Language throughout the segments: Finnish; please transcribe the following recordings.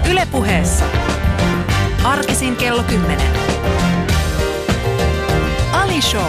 Yle Puheessa. Arkisin kello 10. Ali Show.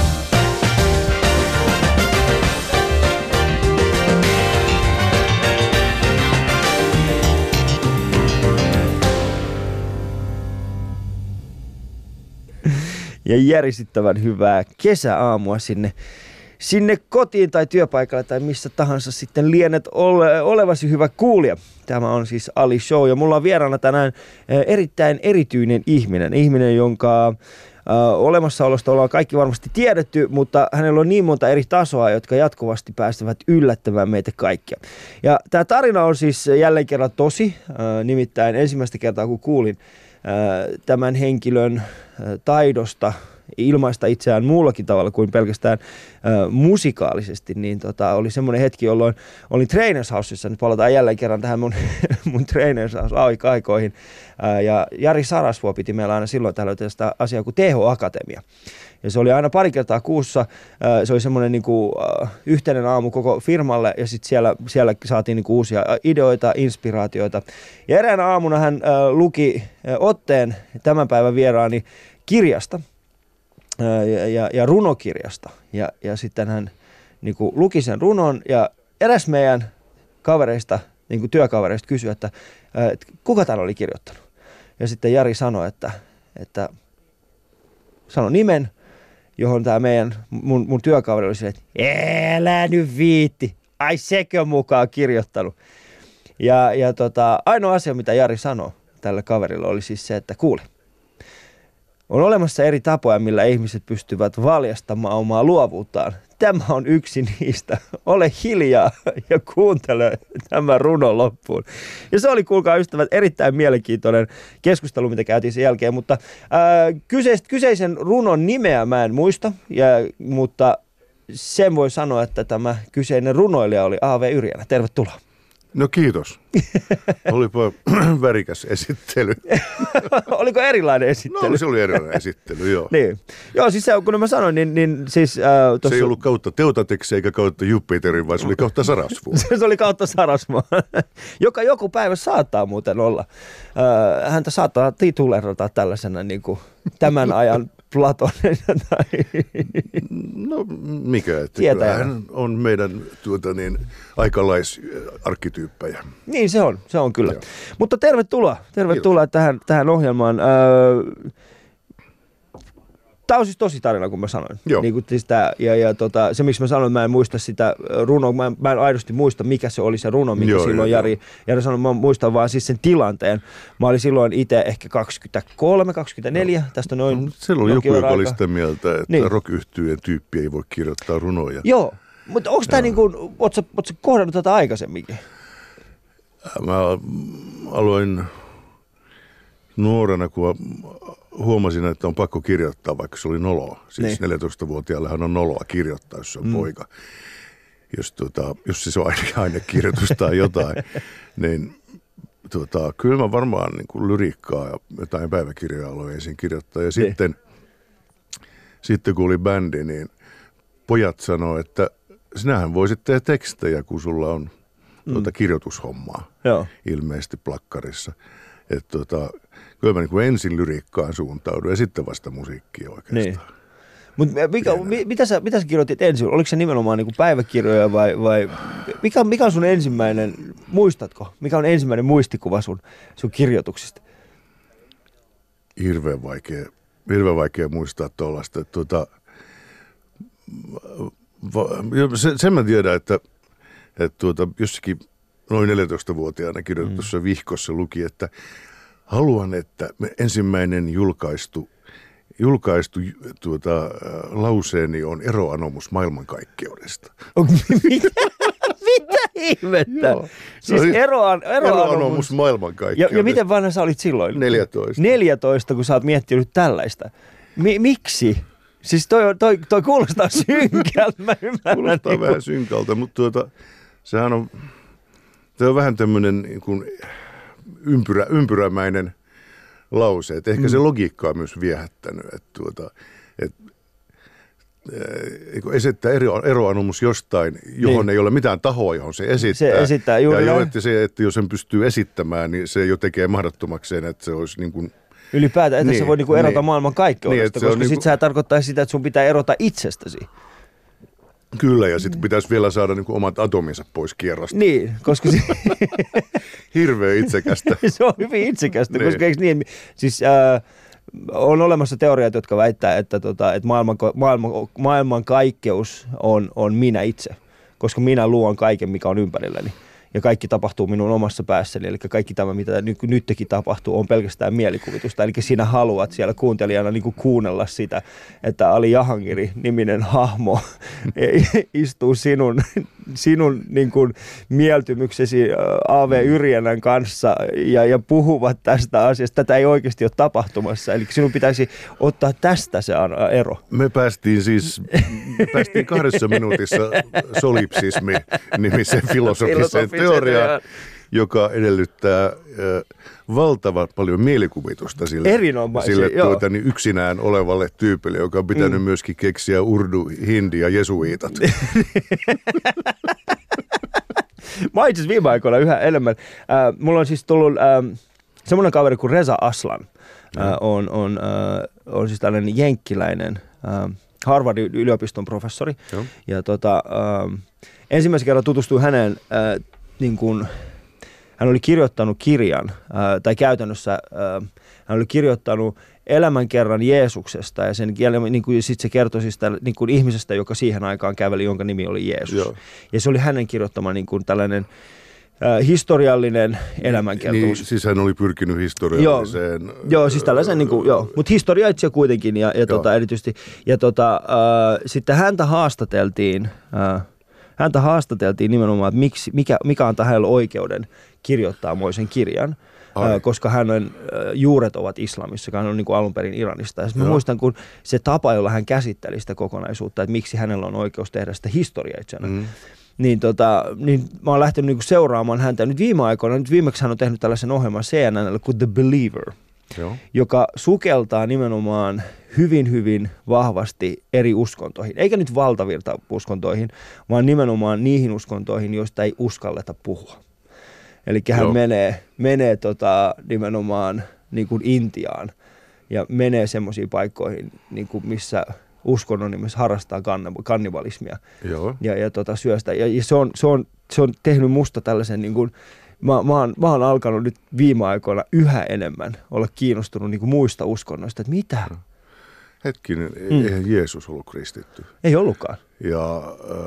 Ja järisyttävän hyvää kesäaamua sinne kotiin tai työpaikalle tai missä tahansa sitten lienet olevasi hyvä kuulija. Tämä on siis Ali Show ja mulla on vieraana tänään erittäin erityinen ihminen, jonka olemassaolosta ollaan kaikki varmasti tiedetty, mutta hänellä on niin monta eri tasoa, jotka jatkuvasti päästävät yllättämään meitä kaikkia. Ja tämä tarina on siis jälleen kerran tosi, nimittäin ensimmäistä kertaa kun kuulin tämän henkilön taidosta ilmaista itseään muullakin tavalla kuin pelkästään musikaalisesti, niin oli semmoinen hetki, jolloin olin Trainers Housessa. Nyt palataan jälleen kerran tähän mun Trainers House-aikoihin. Ja Jari Sarasvuo piti meillä aina silloin tällöin tästä asiaa kuin TH-akatemia. Ja se oli aina pari kertaa kuussa. Se oli semmoinen niinku, yhteinen aamu koko firmalle ja sitten siellä saatiin niinku uusia ideoita, inspiraatioita. Ja eräänä aamuna hän luki otteen tämän päivän vieraani kirjasta. Ja runokirjasta. Ja sitten hän niin kuin luki sen runon ja eräs meidän kavereista, niin kuin työkavereista kysyi, että kuka tämän oli kirjoittanut. Ja sitten Jari sanoi, että sano nimen, johon tämä mun työkaveri oli silleen, että älä nyt viitti, ai sekö mukaan kirjoittanut. Ja ainoa asia, mitä Jari sanoi tälle kaverille oli siis se, että kuule. On olemassa eri tapoja, millä ihmiset pystyvät valjastamaan omaa luovuuttaan. Tämä on yksi niistä. Ole hiljaa ja kuuntele tämän runon loppuun. Ja se oli, kuulkaa ystävät, erittäin mielenkiintoinen keskustelu, mitä käytiin sen jälkeen. Mutta kyseisen runon nimeä mä en muista, mutta sen voi sanoa, että tämä kyseinen runoilija oli A.V. Yrjänä. Tervetuloa. No kiitos. Olipa värikäs esittely. Oliko erilainen esittely? No se oli erilainen esittely, joo. Niin. Joo, siis se, kun mä sanoin, niin siis... Se ei ollut kautta Teutateksi eikä kautta Jupiterin, vaan se oli kautta Sarasvuo. Se oli kautta Sarasvuo, joka joku päivä saattaa muuten olla. Häntä saattaa titulerata tällaisena niin kuin tämän ajan Platonen tai... No mikä, että hän on meidän aikalaisarkkityyppejä. Niin se on kyllä. Joo. Mutta tervetuloa tähän ohjelmaan. Tämä on siis tosi tarina, kun mä sanoin. Niin kuin siis se, miksi mä sanoin, että mä en muista sitä runoa, mä en aidosti muista, mikä se oli se runo, minkä silloin Jari sanoi, mä muistan vaan siis sen tilanteen. Mä olin silloin itse ehkä 23, 24, tästä noin. Siellä oli joku, joka oli sitä mieltä, että niin. Rock-yhtyeen tyyppi ei voi kirjoittaa runoja. Joo, mutta onko tämä niin kuin, ootko kohdannut tätä aikaisemminkin? Mä aloin nuorena, kun huomasin, että on pakko kirjoittaa, vaikka se oli noloa. Siis niin. 14-vuotiaallehan on noloa kirjoittaa, jos se on poika. Jos se on ainekirjoitus tai jotain. Niin kyllä mä varmaan niin kuin lyriikkaa ja jotain päiväkirjaa aloin ensin kirjoittaa. Ja sitten kun oli bändi, niin pojat sanoi, että sinähän voisit tehdä tekstejä, kun sulla on kirjoitushommaa ilmeisesti plakkarissa. Että kyllä mä niin kuin ensin lyriikkaan suuntaudun ja sitten vasta musiikkiin oikeastaan. Niin. Mutta mitä sä kirjoitit ensin? Oliko se nimenomaan niin kuin päiväkirjoja vai mikä on sun ensimmäinen, muistatko? Mikä on ensimmäinen muistikuva sun kirjoituksista? Hirveän vaikea muistaa tuollaista. Sen mä tiedän, että jossakin noin 14-vuotiaana kirjoitussa vihkossa luki, että haluan, että ensimmäinen julkaistu lauseeni on eroanomus maailmankaikkeudesta. Mitä ihmettä? Joo. Siis eroanomus maailmankaikkeudesta. Ja miten vanha sä olit silloin? 14. 14, kun sä oot miettinyt tällaista. Miksi? Siis toi kuulostaa synkältä, mä ymmärrän. Kuulostaa vähän synkältä, mutta sehän on vähän tämmöinen niin kuin ympyrämäinen lause. Että ehkä se logiikka on myös viehättänyt. esittää eroanomus jostain, johon ei ole mitään tahoa, johon se esittää. Se esittää juuri ja että jos sen pystyy esittämään, niin se jo tekee mahdottomakseen, että se olisi niin kuin... Ylipäätään, että se voi niinku erota maailman kaikkeudesta, koska sitten sehän tarkoittaa sitä, että sun pitää erota itsestäsi. Kyllä, ja sitten pitäisi vielä saada niinku omat atominsa pois kierrosta. Niin, koska hirveän itsekästä. Se on hyvin itsekästä, koska eikö niin, siis on olemassa teoriat, jotka väittää, että maailman kaikkeus on minä itse, koska minä luon kaiken, mikä on ympärilläni. Ja kaikki tapahtuu minun omassa päässäni, eli kaikki tämä, mitä nytkin tapahtuu, on pelkästään mielikuvitusta. Eli sinä haluat siellä kuuntelijana niin kuin kuunnella sitä, että Ali Jahangiri-niminen hahmo istuu sinun niin kuin mieltymyksesi A.V. Yrjänän kanssa ja puhuvat tästä asiasta. Tätä ei oikeasti ole tapahtumassa, eli sinun pitäisi ottaa tästä se ero. Me päästiin 2 minuutissa solipsismi-nimiseen filosofiseen teoriaan, joka edellyttää valtavan paljon mielikuvitusta sille yksinään olevalle tyypille, joka on pitänyt myöskin keksiä urdu, hindi ja jesuiitat. Mä itse asiassa viime aikoina yhä enemmän. Mulla on siis tullut semmoinen kaveri kuin Reza Aslan. On siis tällainen jenkkiläinen Harvardin yliopiston professori. Joo. Ja ensimmäisen kerran tutustuin häneen, niin kuin, hän oli kirjoittanut kirjan, tai käytännössä hän oli kirjoittanut elämänkerran Jeesuksesta, ja sen niin kuin, sit se kertoi siis niin kuin ihmisestä, joka siihen aikaan käveli, jonka nimi oli Jeesus. Joo. Ja se oli hänen kirjoittama niin kuin tällainen historiallinen elämänkertomus. Niin, siis hän oli pyrkinyt historialliseen. Joo, siis tällaisen, niin kuin, joo, mutta historiaitsija kuitenkin, ja erityisesti. Ja sitten häntä haastateltiin nimenomaan, että mikä antaa hänelle oikeuden kirjoittaa moisen kirjan. Koska hänen juuret ovat islamissa, hän on niin kuin alun perin Iranista. Ja mä muistan, kun se tapa, jolla hän käsitteli sitä kokonaisuutta, että miksi hänellä on oikeus tehdä sitä historiaitsijana, niin mä oon lähtenyt niinku seuraamaan häntä. Nyt viimeksi hän on tehnyt tällaisen ohjelman CNN:lle kuin The Believer, joka sukeltaa nimenomaan hyvin, hyvin vahvasti eri uskontoihin. Eikä nyt valtavirta uskontoihin, vaan nimenomaan niihin uskontoihin, joista ei uskalleta puhua. Eli hän menee nimenomaan niin kuin Intiaan ja menee semmoisiin paikkoihin, niin kuin missä uskonnon nimessä harrastaa kannibalismia. Ja syö sitä. Ja se on tehnyt musta tällaisen, niin kuin, mä oon alkanut nyt viime aikoina yhä enemmän olla kiinnostunut niin kuin muista uskonnoista, että mitä? Hetkinen, eihän Jeesus ollut kristitty. Ei ollutkaan. Ja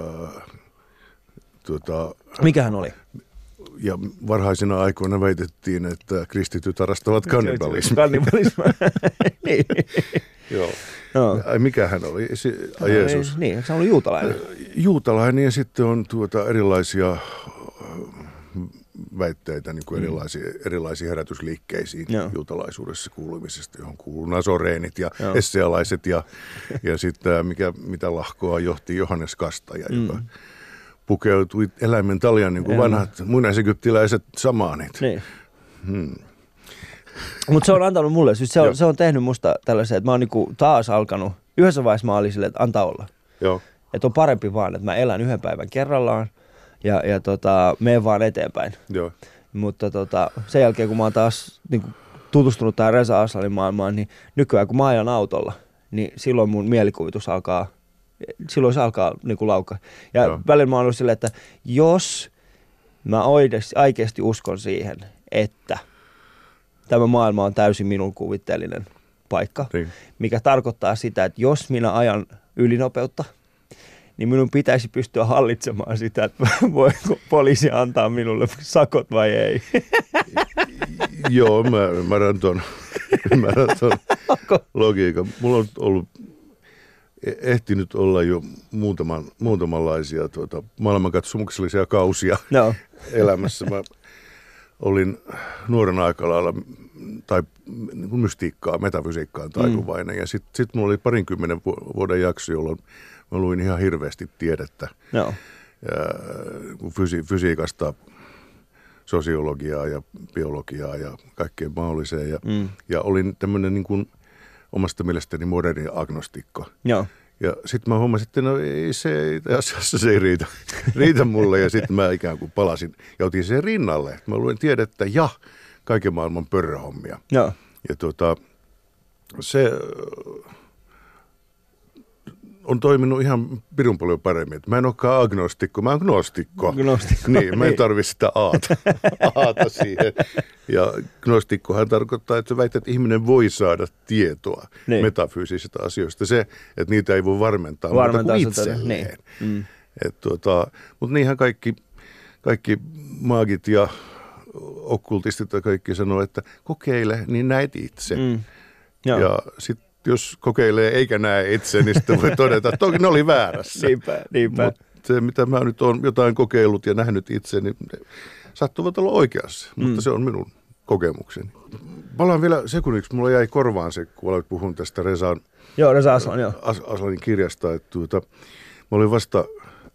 mikä hän oli? Ja varhaisina aikoina väitettiin, että kristityt harrastavat kannibalismia. Kannibalismia, niin. Joo. No. Mikä hän oli? Jeesus. Niin, se oli juutalainen. Juutalainen, ja sitten on erilaisia väitteitä niin kuin erilaisiin herätysliikkeisiin juutalaisuudessa kuulumisesta, johon kuuluu nasoreenit ja essealaiset ja sitten mitä lahkoa johti Johannes Kastaja, joka pukeutui eläimen taljaan niin kuin vanhat muinaisegyptiläiset samaanit. Niin. Mutta se on antanut mulle, siis se on tehnyt musta tällaisen, että mä oon niinku taas alkanut, yhdessä vaiheessa mä olin silleen, että antaa olla. Joo. Että on parempi vaan, että mä elän yhden päivän kerrallaan ja menen vaan eteenpäin. Joo. Mutta sen jälkeen, kun mä oon taas niinku tutustunut tähän Reza Aslanin maailmaan, niin nykyään kun mä ajan autolla, niin silloin mun mielikuvitus alkaa niinku laukkaa. Ja välillä mä oon ollut silleen, että jos mä oikeasti uskon siihen, että tämä maailma on täysin minun kuvitteellinen paikka, mikä tarkoittaa sitä, että jos minä ajan ylinopeutta, niin minun pitäisi pystyä hallitsemaan sitä, että voiko poliisi antaa minulle sakot vai ei. Joo, mä ymmärrän ton logiikan. Mulla on ollut ehtinyt olla jo muutamanlaisia maailmankatsomuksellisia kausia elämässä. Mä olin nuorena aikalailla tai niin kuin mystiikkaa, metafysiikkaan taipuvainen. Ja sitten mulla oli 20 vuoden jakso, jolloin mä luin ihan hirveästi tiedettä. Fysiikasta, sosiologiaa ja biologiaa ja kaikkea mahdolliseen. Ja olin tämmöinen niin kuin omasta mielestäni moderni agnostikko. Ja sitten mä huomasin, että no se ei riitä mulle. Ja sitten mä ikään kuin palasin ja otin sen rinnalle. Mä luin tiedettä ja kaiken maailman pörröhommia. Joo. Ja se on toiminut ihan pirun paljon paremmin. Mä en olekaan agnostikko, mä oon gnostikko. Niin, mä en tarvitse sitä aata siihen. Ja gnostikkohan tarkoittaa, että sä väität, että ihminen voi saada tietoa metafyysisistä asioista. Se, että niitä ei voi varmentaa muuta kuin itselleen. Niin. Mutta niinhän kaikki maagit ja okkultistit ja kaikki sanoo, että kokeile, niin näet itse. Ja sitten jos kokeilee eikä näe itse, niin sitten voi todeta, että toki ne oli väärässä. Niinpä. Mutta se, mitä mä nyt olen jotain kokeillut ja nähnyt itse, niin ne sattuvat olla oikeassa. Mutta se on minun kokemukseni. Palaan vielä sekunniksi. Mulla jäi korvaan se, kun aloit puhun tästä Reza Aslanin kirjasta. Että mä olin vasta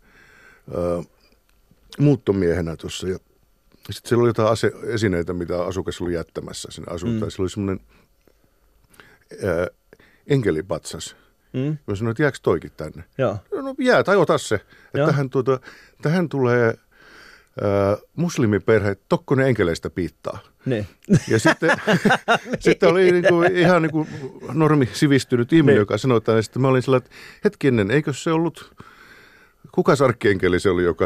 muuttomiehenä tuossa. Ja sitten siellä oli jotain esineitä, mitä asukas oli jättämässä sinne asuntaan. Siellä oli semmoinen enkelipatsas. Mä sanoin, että jääkö toikin tänne? Joo. No jää, tai ota se. Että tähän tulee muslimiperhe tokkonen enkeleistä piittaa. Niin. Ja sitten oli ihan normi sivistynyt ihminen, joka sanoi tämän. Ja sitten mä olin sellainen, että hetkinen, eikö se ollut, kuka sarkkienkeli se oli, joka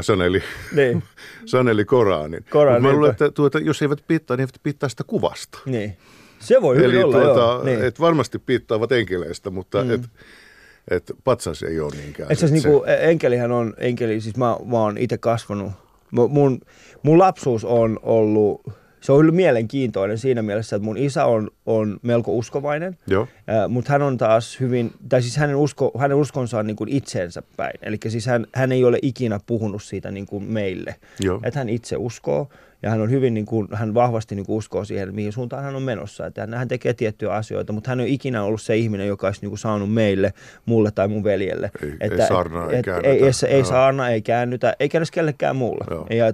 saneli Koranin. Mä luulen, että jos eivät piittaa, niin eivät piittaa sitä kuvasta. Niin. Se voi hyvin olla, joo. Niin. Et varmasti piittaavat enkeleistä, mutta et patsas ei ole niinkään. Itse asiassa enkelihän on, siis mä oon itse kasvanut, mun lapsuus on ollut, se on ollut mielenkiintoinen siinä mielessä, että mun isä on melko uskovainen, mutta hän on taas hyvin, tai siis hänen uskonsa on niin kuin itseensä päin. Eli siis hän ei ole ikinä puhunut siitä niin kuin meille, että hän itse uskoo. Ja hän on hyvin, niin kuin, hän vahvasti niin kuin uskoo siihen, mihin suuntaan hän on menossa. Että hän tekee tiettyjä asioita, mutta hän ei ole ikinä ollut se ihminen, joka olisi niin kuin saanut mulle tai mun veljelle. Ei saarnaa, ei käännytä. Ei saarna, ei käännytä, eikä edes kellekään muulla.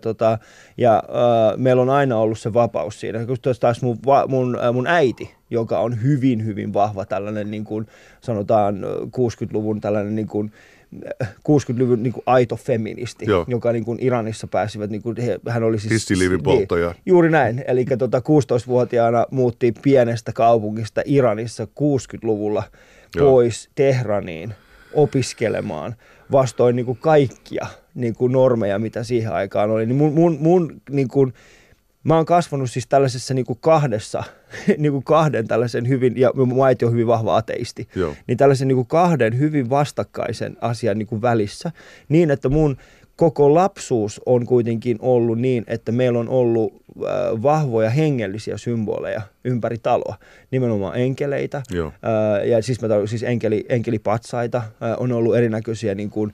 Ja meillä on aina ollut se vapaus siinä. Taas mun äiti, joka on hyvin, hyvin vahva tällainen, niin kuin sanotaan 60-luvun tällainen niin kuin 60-luvun niin kuin aito feministi, joka niin kuin Iranissa pääsivät, niin kuin, hän oli siis tissiliivipolttaja. Juuri näin, eli 16-vuotiaana muutti pienestä kaupungista Iranissa 60-luvulla pois Tehraniin opiskelemaan vastoin niin kuin kaikkia niin kuin normeja, mitä siihen aikaan oli. Niin niin kuin, mä oon kasvanut siis tällaisessa niin kuin kahden tällaisen hyvin, ja mun äiti on hyvin vahva ateisti, niin tällaisen niin kuin kahden hyvin vastakkaisen asian niin kuin välissä, niin että mun koko lapsuus on kuitenkin ollut niin, että meillä on ollut vahvoja hengellisiä symboleja ympäri taloa, nimenomaan enkeleitä, ja siis enkelipatsaita, on ollut erinäköisiä niin kuin,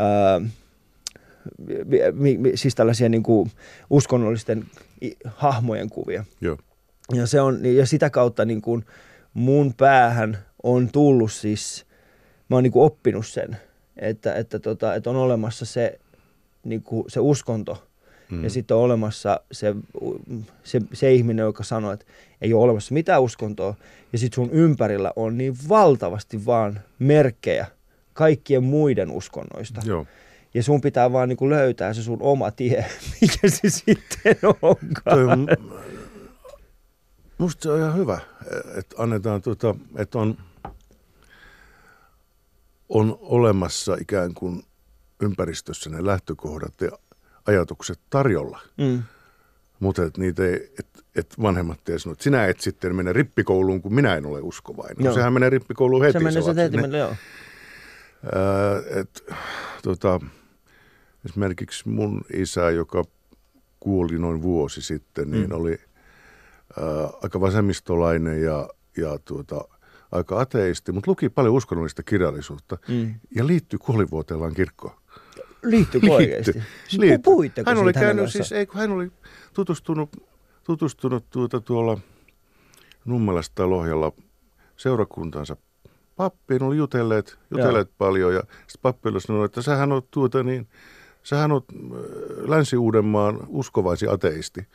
siis tällaisia niin kuin uskonnollisten hahmojen kuvia. Ja sitä kautta niin kuin mun päähän on tullut siis, mä oon niin kuin oppinut sen, että on olemassa se, niin kuin se uskonto ja sitten on olemassa se ihminen, joka sanoo, että ei ole olemassa mitään uskontoa ja sitten sun ympärillä on niin valtavasti vaan merkkejä kaikkien muiden uskonnoista. Ja sun pitää vaan niin kuin löytää se sun oma tie, mikä se sitten onkaan. Musta se on ihan hyvä, että annetaan, että on olemassa ikään kuin ympäristössä ne lähtökohdat ja ajatukset tarjolla. Mutta niitä ei, että vanhemmat ei sano, että sinä et sitten mene rippikouluun, kun minä en ole uskovainen. No, sehän menee rippikouluun heti. Se menee joo. Esimerkiksi mun isä, joka kuoli noin vuosi sitten, niin oli aika vasemmistolainen ja aika ateisti, mutta luki paljon uskonnollista kirjallisuutta ja liittyi kuolivuoteellaan kirkkoon. Liittyykö oikeasti? Puhuitteko hän siitä oli käynyt, siis hän oli tutustunut tuolla Nummelassa tai Lohjalla seurakuntansa pappiin, oli jutelleet paljon ja sitten pappi oli sanonut, että sähän oot Länsi-Uudenmaan uskovaisin ateisti.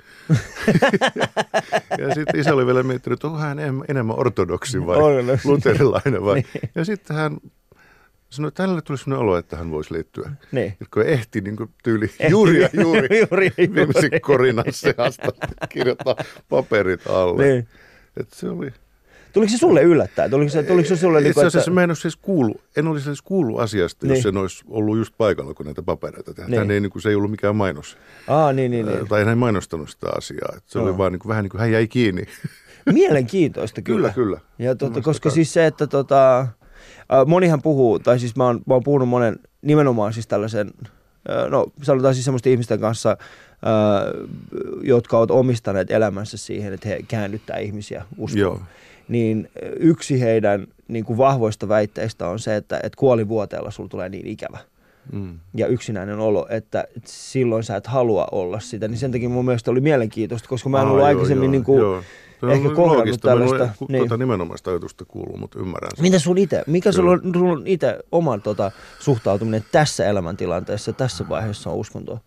Ja sitten isä oli vielä miettinyt, että onko hän enemmän ortodoksi vai luterilainen vai. Ja sitten hän Sanoin, että hänelle tuli sellainen olo, että hän voisi liittyä. Niin. Kun ehti niin kuin tyyli juuri viimeisen korinan seasta kirjoittaa paperit alle. Niin. Että se oli... Tuliko se sulle yllättäen? Tuliko se sulle itse asiassa mä en olisi siis kuullut asiasta, jos en olisi ollut just paikalla, kun näitä papereita tehdään. Niin. Se ei ollut mikään mainos. Niin. Tai hän ei mainostanut sitä asiaa. Että se oli vaan niin kuin, vähän niin kuin hän jäi kiinni. Mielenkiintoista kyllä. Kyllä. Ja koska siis se, että monihan puhuu, tai siis mä oon puhunut monen nimenomaan siis tällaisen, sanotaan siis semmoisten ihmisten kanssa, jotka ovat omistaneet elämänsä siihen, että he käännyttää ihmisiä uskoon. Joo. Niin yksi heidän niin kuin vahvoista väitteistä on se, että kuolivuoteella sulla tulee niin ikävä. Ja yksinäinen olo, että silloin sä et halua olla sitä. Niin sen takia mun mielestä oli mielenkiintoista, koska mä en ollut aikaisemmin niin kuin ehkä kohdannut tällaista. Niin. Nimenomaista ajatusta kuuluu, mutta ymmärrän sen. Mikä sulla on itse oman suhtautuminen tässä elämäntilanteessa, tässä vaiheessa on uskontoa?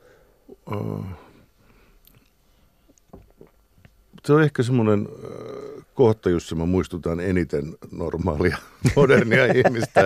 Se on ehkä semmoinen kohta, jossa mä muistutan eniten normaalia, modernia ihmistä,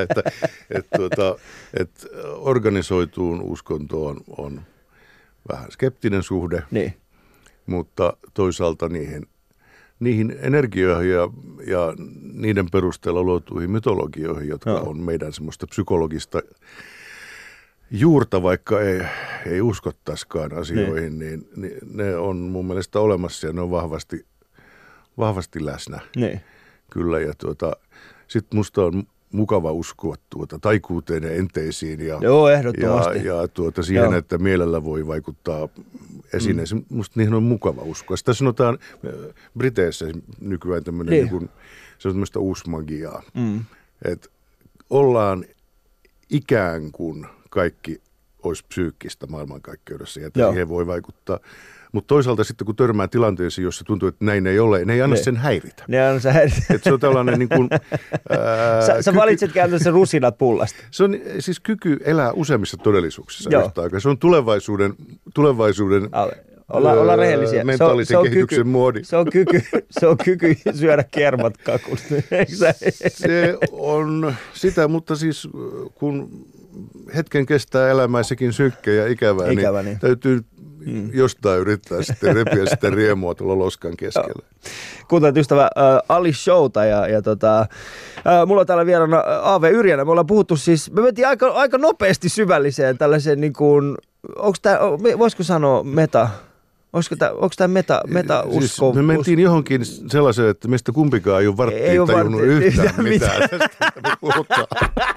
että organisoituun uskontoon on vähän skeptinen suhde, niin. Mutta toisaalta niihin energioihin ja niiden perusteella luotuihin mytologioihin, jotka on meidän semmoista psykologista juurta, vaikka ei uskottaisikaan asioihin, niin ne on mun mielestä olemassa ja ne on vahvasti läsnä. Niin. Kyllä, ja sitten musta on mukava uskoa taikuuteen ja enteisiin ja siihen, että mielellä voi vaikuttaa esineisiin. Musta niihin on mukava uskoa. Sitä sanotaan Briteissä nykyään tämmöinen, se on tämmöistä uusmagiaa. Että ollaan ikään kuin kaikki olisi psyykkistä maailmankaikkeudessa ja siihen voi vaikuttaa. Mutta toisaalta sitten kun törmää tilanteisiin, jossa tuntuu, että näin ei ole, ne ei anna sen häiritä. Että se on tällainen niin kuin... Sä valitset käytännössä rusinat pullasta. Se on siis kyky elää useimmissa todellisuuksissa yhtä aikaa. Se on tulevaisuuden Olla rehellisiä. Mentaalisen kehityksen muodi. Se on kyky syödä kermat kakusta. Se on sitä, mutta siis kun hetken kestää elämää sekin synkkä ja ikävää, niin täytyy jostain yrittää sitten repiä sitä riemua tuolla loskan keskellä. Kuuntelet ystävä Ali Showta ja mulla on täällä vieraana A.V. Yrjänä. Me ollaan puhuttu siis, me mentiin aika nopeasti syvälliseen tällaiseen niin kuin, voisiko sanoa meta? Onko tämä meta-usko? Siis me mentiin johonkin sellaiseen, että meistä kumpikaan ei ole varttiin tajunnut yhtään mitään tästä, me puhutaan.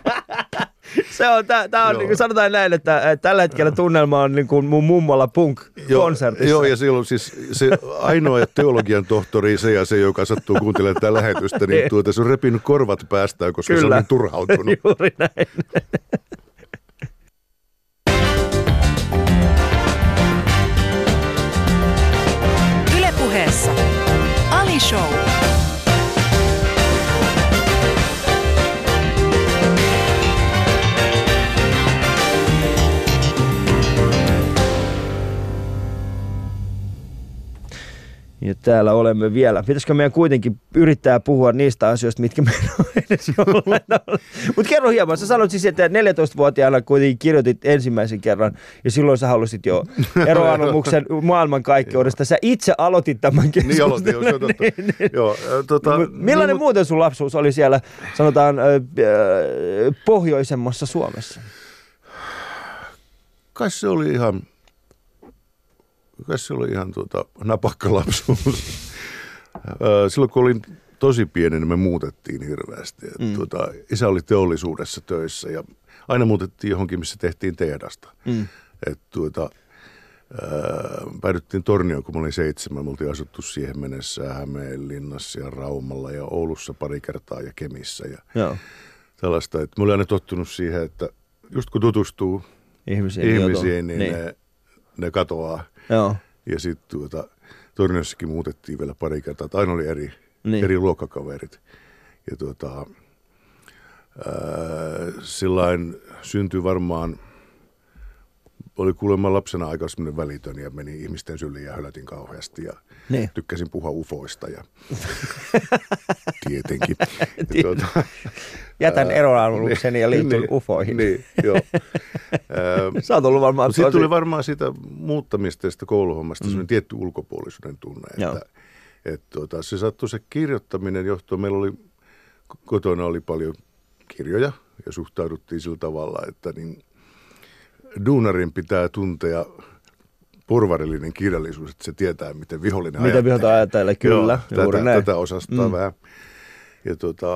Tämä on niin kuin sanotaan näin, että tällä hetkellä tunnelma on niin kuin mun mummolla punk-konsertissa. Joo, ja silloin siis se ainoa teologian tohtori, se joka sattuu kuuntelemaan tätä lähetystä, niin se on repinyt korvat päästään, koska se on niin turhautunut. Juuri näin. Yle Puheessa Ali Show. Ja täällä olemme vielä. Pitäisikö meidän kuitenkin yrittää puhua niistä asioista, mitkä meillä on edes jollain. Mutta kerro hieman. Sä sanoit siis, että 14-vuotiaana kuitenkin kirjoitit ensimmäisen kerran ja silloin sä halusit jo eroanomuksen maailmankaikkeudesta. Sä itse aloitit tämän keskustelun. Niin aloitin, joo. Millainen muuten sun lapsuus oli siellä, sanotaan, pohjoisemmassa Suomessa? Kai se oli ihan napakka lapsuus. Silloin kun olin tosi pieni, niin me muutettiin hirveästi. Isä oli teollisuudessa töissä ja aina muutettiin johonkin, missä tehtiin tehdasta. Päädyttiin Tornioon, kun mä olin 7. Me oltiin asuttu siihen mennessä Hämeenlinnassa ja Raumalla ja Oulussa pari kertaa ja Kemissä. Ja tällaista, että mä olin aina tottunut siihen, että just kun tutustuu ihmisiin niin ne katoaa. Joo. Ja sitten Torniossakin muutettiin vielä pari kertaa, että aina oli eri luokkakaverit. Ja sillain syntyi varmaan, oli kuulemma lapsena aika semmoinen välitön ja meni ihmisten syliin ja hölätin kauheasti ja tykkäsin puhua ufoista ja tietenkin. Jätän eronalukseni ja liityn ufoihin. Niin, joo. Sä oot ollut varmaan... Sitten tuli varmaan siitä muuttamista ja sitä kouluhommasta sellainen tietty ulkopuolisuuden tunne. Että se sattui se kirjoittaminen johtoon. Meillä oli kotona oli paljon kirjoja ja suhtauduttiin sillä tavalla, että niin duunarin pitää tuntea porvarillinen kirjallisuus, että se tietää, miten vihollinen ajattelee. Miten vihollinen ajattelee, kyllä. Joo, tätä osastaa vähän. Ja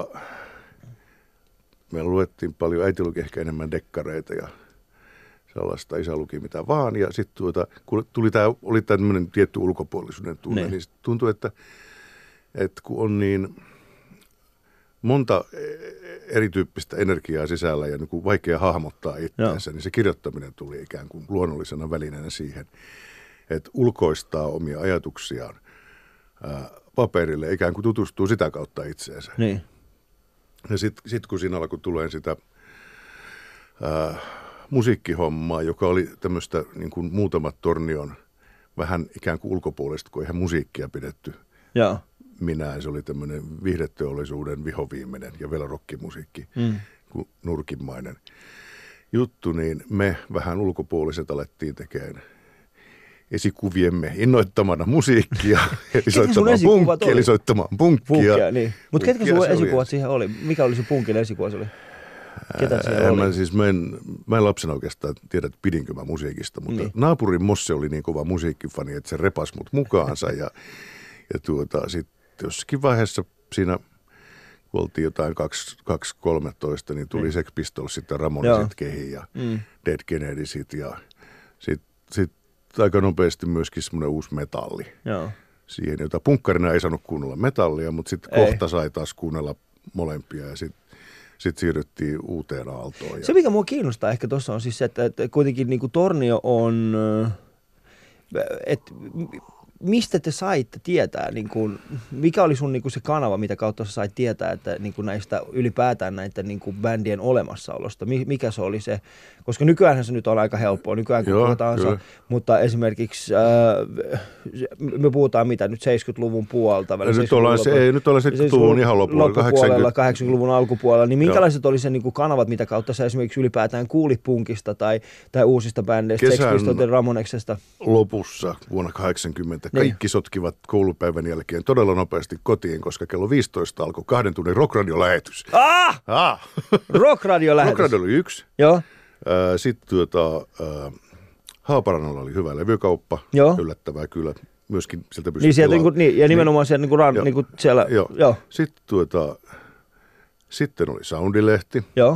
me luettiin paljon, äiti luki ehkä enemmän dekkareita ja sellaista, isä luki mitä vaan. Ja sitten kun oli tämmöinen tietty ulkopuolisuuden tunne, niin tuntui, että kun on niin monta erityyppistä energiaa sisällä ja niin kuin vaikea hahmottaa itseänsä, niin se kirjoittaminen tuli ikään kuin luonnollisena välineenä siihen, että ulkoistaa omia ajatuksiaan paperille, ikään kuin tutustuu sitä kautta itseensä. Niin. Ja sitten kun siinä alkoi tulee sitä musiikkihommaa, joka oli tämmöistä niin kuin muutamat Tornion vähän ikään kuin ulkopuolista, kun eihän musiikkia pidetty. Joo. Se oli tämmöinen viihdeteollisuuden vihoviimeinen ja vielä rockimusiikki, nurkimmainen juttu, niin me vähän ulkopuoliset alettiin tekemään esikuviemme innoittamana musiikkia, eli soittamaan punkkia. Niin. Mutta ketkä sun esikuvat siihen oli? Mikä oli se punkin esikuva? Ketä siellä oli? Mä en lapsena oikeastaan tiedä, että pidinkö mä musiikista, mutta naapurin Mosse oli niin kova musiikkifani, että se repas mut mukaansa ja sitten jossakin vaiheessa siinä, kun oltiin jotain 2-13, niin tuli Sex Pistols, sitten Ramonesit kehiin ja Dead Kennedysit ja sitten aika nopeasti myöskin semmoinen uusi metalli. Joo. Siihen, jota punkkarina ei saanut kuunnella metallia, mutta sitten kohta sai taas kuunnella molempia ja sitten siirryttiin uuteen aaltoon. Se, mikä mua kiinnostaa ehkä tuossa on siis se, että kuitenkin niin kuin Tornio on, että mistä te saitte tietää, niin kuin, mikä oli sun niin kuin se kanava, mitä kautta sä sait tietää, että niin kuin näistä ylipäätään näiden niin kuin bändien olemassaolosta, mikä se oli se, koska nykyäänhän se nyt on aika helppoa, nykyään kuka tahansa, mutta esimerkiksi me puhutaan mitä nyt 70-luvun puolta. Nyt ollaan 70-luvun ihan loppupuolella, 80-luvun alkupuolella, niin minkälaiset oli se niin kuin kanavat, mitä kautta sä esimerkiksi ylipäätään kuulit punkista tai uusista bändeistä, Sex Pistolsista, Ramoneksesta? Lopussa vuonna 80 kaikki sotkivat koulupäivän jälkeen todella nopeasti kotiin, koska kello 15 alkoi 2 tunnin Rockradio-lähetys. Rockradio-lähetys? Rockradio oli yksi. Joo. Sitten Haaparannalla oli hyvä levykauppa, yllättävää kyllä. Myöskin sieltä pystyi niin, sieltä, ja nimenomaan siellä, siellä. Joo. Sitten oli Soundilehti. Joo.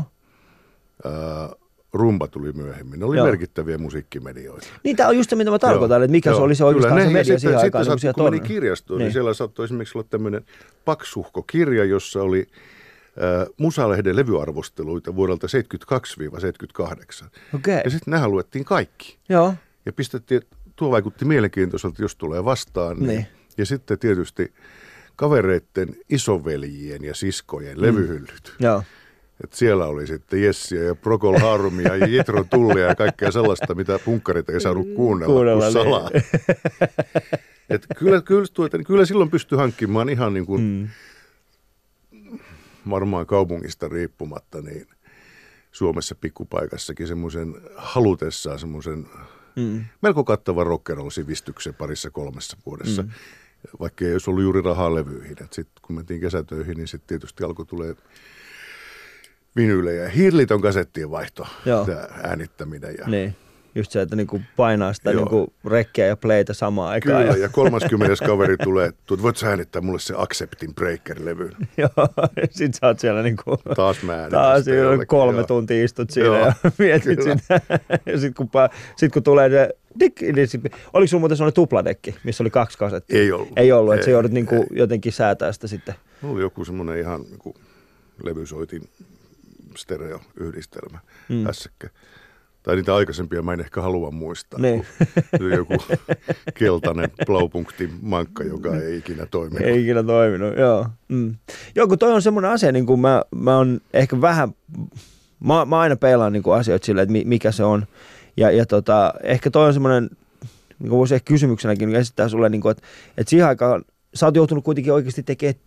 Rumba tuli myöhemmin. Ne oli merkittäviä musiikkimedioita. Niin, tämä on just se, mitä mä tarkoitan, että mikä se oli se oikeastaan se media siihen aikaan. Sitten kun meni kirjastoon, niin siellä saattoi esimerkiksi olla tämmöinen paksuhko kirja, jossa oli Musalehden levyarvosteluita vuodelta 72-78. Okay. Ja sitten nehän luettiin kaikki. Joo. Ja pistettiin, tuo vaikutti mielenkiintoiselta, jos tulee vastaan. Niin. Ja sitten tietysti kavereiden isoveljien ja siskojen levyhyllyt. Joo. Et siellä oli sitten Jessia ja Procol Harumia ja Jethro Tullia ja kaikkea sellaista, mitä punkkarit ei saanut kuunnella kuin salaa. Et kyllä silloin pystyi hankkimaan ihan niin kuin varmaan kaupungista riippumatta, niin Suomessa pikkupaikassakin semmoisen halutessaan semmoisen melko kattavan rock'n'roll-sivistyksen 2-3 vuodessa. Vaikka ei olisi ollut juuri rahaa levyihin. Sitten kun mentiin kesätöihin, niin sitten tietysti alkoi tulee vinyylejä ja hirliton kasettien vaihto, tämä äänittäminen. Ja niin, just se, että niinku painaa sitä niinku rekkeä ja playtä samaan aikaan. Kyllä, ja 30. kaveri tulee, että voit sä äänittää mulle se Acceptin Breaker-levyn. Joo, sit sä oot siellä niinku taas mä äänitän. Taas 3 tuntia istut siinä ja mietit sitä. Ja sit kun tulee se niin oliko sulla muuten sellainen tupladekki, missä oli 2 kasettia? Ei ollut, että se joudut niinku jotenkin säätää sitä sitten. Oli joku semmoinen ihan niinku levysoitin stereo-yhdistelmä, hässäkkä. Tai niitä aikaisempia mä en ehkä halua muistaa. Niin. Joku keltainen blaupunkti mankka, joka ei ikinä toiminut. Ei ikinä toiminut, joo. Joo, kun toi on semmoinen asia, niin kuin mä on ehkä vähän, mä aina peilaan niin kuin asioita silleen, että mikä se on. Ja ehkä toi on semmoinen, niin kuin voisi ehkä kysymyksenäkin esittää sulle, niin kuin, että siihen aikaan sä oot joutunut kuitenkin oikeasti tekemään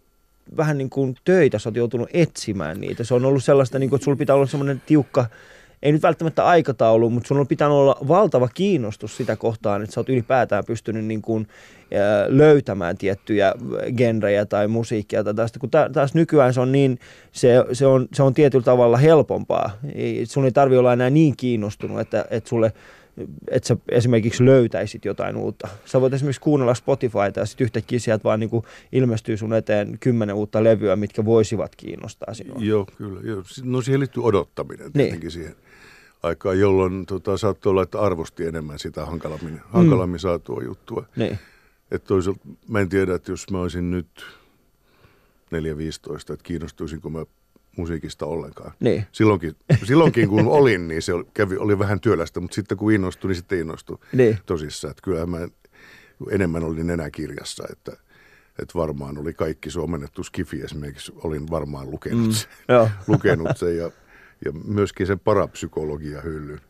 vähän niin kuin töitä, sä oot joutunut etsimään niitä. Se on ollut sellaista, niin kuin, että sulla pitää olla semmoinen tiukka, ei nyt välttämättä aikataulu, mutta sulla on pitänyt olla valtava kiinnostus sitä kohtaan, että sä oot ylipäätään pystynyt niin kuin, löytämään tiettyjä genrejä tai musiikkia. Tai tästä, kun taas nykyään se on niin, se on tietyllä tavalla helpompaa. Sun ei tarvitse olla enää niin kiinnostunut, että sä esimerkiksi löytäisit jotain uutta. Sä voit esimerkiksi kuunnella Spotifyta ja sitten yhtäkkiä sieltä vaan niin kuin ilmestyy sun eteen 10 uutta levyä, mitkä voisivat kiinnostaa sinua. Joo, kyllä. Joo. No siihen liittyy odottaminen tietenkin siihen aikaan, jolloin saattoi olla, että arvosti enemmän sitä hankalammin saatua juttua. Niin. Että toisaalta mä en tiedä, että jos mä olisin nyt 4-15, että kiinnostuisinko mä musiikista ollenkaan. Niin. Silloinkin kun olin, niin se oli vähän työlästä, mutta sitten kun innostui, niin sitten innostui tosissaan. Että kyllähän mä enemmän olin nenäkirjassa, että varmaan oli kaikki suomennettu skifi esimerkiksi, olin varmaan lukenut sen ja myöskin sen parapsykologia-hyllyn.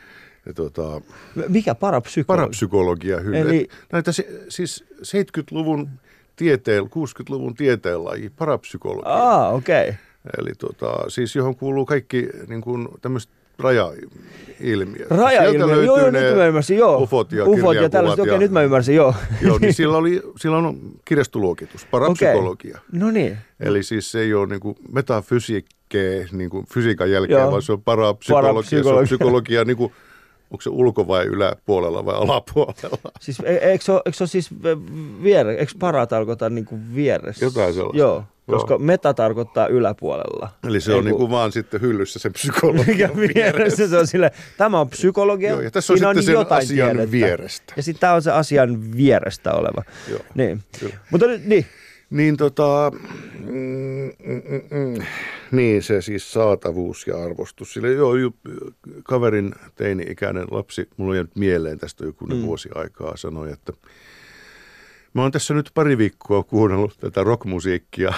Mikä parapsykologia? Parapsykologia-hylly. Eli näitä siis 70-luvun 60-luvun tieteenlaji, parapsykologia. Okei. Okay. Eli siis johon kuuluu kaikki niin kuin tämmöiset rajailmiöt. Rajailmiöt, joo, nyt mä ymmärsin, joo. Ufot ja tällaiset, okei, nyt mä ymmärsin, joo. Joo, niin sillä on kirjastoluokitus, parapsykologia. Okay. No niin. Eli siis se ei ole niin kuin metafysiikkeen niin kuin fysiikan jälkeen, vaan se on parapsykologia. Se on psykologia niin kuin, onko se ulko- vai yläpuolella vai alapuolella? Siis eikö se ole siis eikö para tarkoita niin kuin vieressä? Jotain sellaista. Joo. Koska meta tarkoittaa yläpuolella. Eli se on niin kuin vaan sitten hyllyssä se psykologia vieressä. Se on sille, tämä on psykologia. Joo, ja tässä on sitten sen asian tiedettä. Vierestä. Ja sitten tämä on se asian vierestä oleva. Joo, niin. Mutta niin. Niin se siis saatavuus ja arvostus. Sille kaverin teini-ikäinen lapsi, mulla on jäänyt mieleen tästä joku vuosi aikaa, sanoi, että mä oon tässä nyt pari viikkoa kuunnellut tätä rockmusiikkia,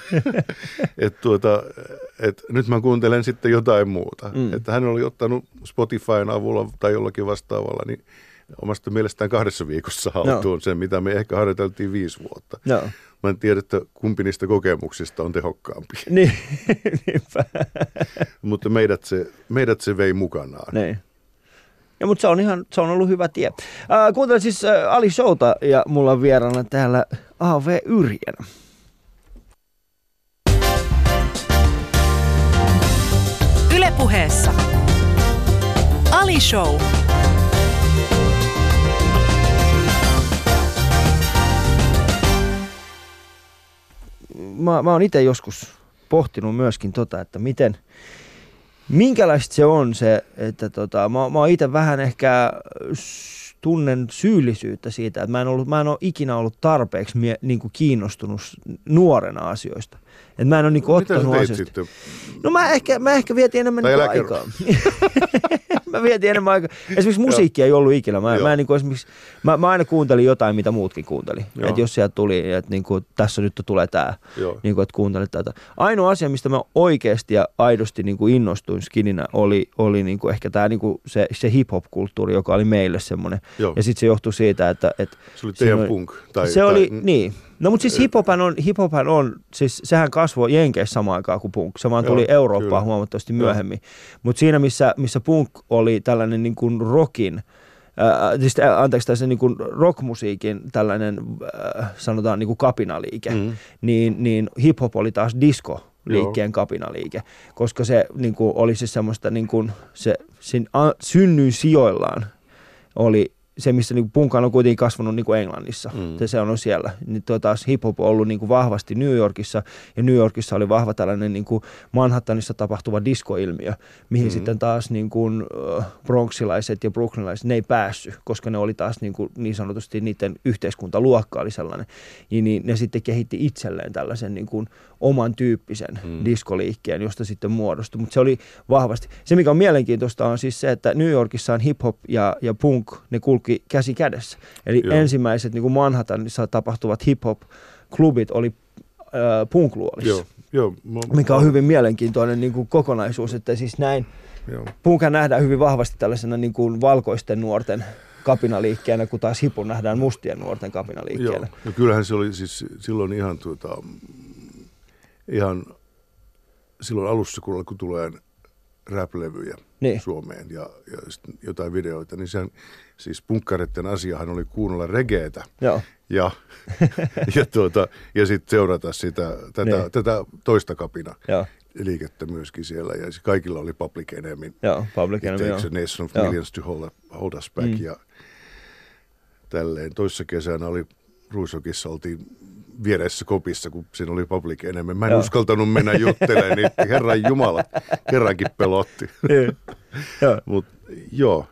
että nyt mä kuuntelen sitten jotain muuta. Että hän oli ottanut Spotifyn avulla tai jollakin vastaavalla, niin omasta mielestään 2 viikossa haltuun sen, mitä me ehkä harjoiteltiin 5 vuotta. No. Mä en tiedä, että kumpi niistä kokemuksista on tehokkaampi. Niinpä. Mutta meidät se vei mukanaan. Niin. Ja, mutta se on ollut hyvä tie. Kuuntelen siis Ali Showta ja mulla on vieraana täällä A.V. Yrjänä. Yle Puheessa Ali Show. Mä oon itse joskus pohtinut myöskin että minkälaista se on se, että mä oon itse vähän ehkä tunnen syyllisyyttä siitä, että mä en ole ikinä ollut tarpeeksi niinku kiinnostunut nuorena asioista. Että mä en ole niinku ottanut asioista. No mä ehkä vietin enemmän niinku aikaa. Mä vietin enemmän aikaa. Esimerkiksi musiikkia ei ollut ikinä. Mä aina kuuntelin jotain, mitä muutkin kuunteli. Että jos sieltä tuli, että niinku, tässä nyt tulee tää, niinku, että kuuntelit tätä. Ainoa asia, mistä mä oikeasti ja aidosti niinku innostuin skininä, oli niinku ehkä tää niinku se hip-hop-kulttuuri, joka oli meille semmoinen. Ja sitten se johtui siitä, että se oli teidän punk. Niin. No mutta siis hip-hophan on, siis sehän kasvoi Jenkeissä samaan aikaan kuin punk. Se vaan tuli Eurooppaan huomattavasti myöhemmin. Mutta siinä, missä punk oli tällainen niin kuin rockin, tällaisen niin kuin rockmusiikin tällainen, sanotaan niin kuin kapinaliike, niin hip-hop oli taas disco-liikkeen kapinaliike, koska se niin kuin oli siis semmoista, niin kuin se synnyin sijoillaan oli se, missä niin punkaan on kuitenkin kasvanut niin kuin Englannissa. Se on siellä. Niin taas hip-hop on ollut niin kuin vahvasti New Yorkissa, ja New Yorkissa oli vahva tällainen niin kuin Manhattanissa tapahtuva diskoilmiö, mihin sitten taas niin kuin bronxilaiset ja brooklynilaiset, ne ei päässyt, koska ne oli taas niin sanotusti niiden yhteiskuntaluokka oli sellainen. Niin ne sitten kehitti itselleen tällaisen niin kuin oman tyyppisen diskoliikkeen, josta sitten muodostui. Mutta se oli vahvasti. Se, mikä on mielenkiintoista, on siis se, että New Yorkissa on hip-hop ja punk, ne kulki käsi kädessä. Eli ensimmäiset niin kuin Manhattanissa tapahtuvat hip-hop-klubit oli punk-luolissa. Mikä on hyvin mielenkiintoinen niin kuin kokonaisuus, että siis näin punkhan nähdään hyvin vahvasti tällaisena niin kuin valkoisten nuorten kapinaliikkeenä, kun taas hipun nähdään mustien nuorten kapinaliikkeenä. No kyllähän se oli siis silloin ihan ihan silloin alussa, kun alkoi tulee rap-levyjä Suomeen ja jotain videoita, niin sehän, siis punkkareiden asiahan oli kuunnella regeetä ja sitten seurata tätä toista kapina liikettä myöskin siellä. Ja kaikilla oli Public Enemy. Public Enemy, It takes a nation of millions to hold us back. Ja tälleen. Toissa kesänä oli Ruisokissa, oltiin vieressä kopissa, kun siinä oli Public Enemy. Mä en uskaltanut mennä juttelemaan niitä. Herran Jumala, kerrankin pelotti. Mutta joo.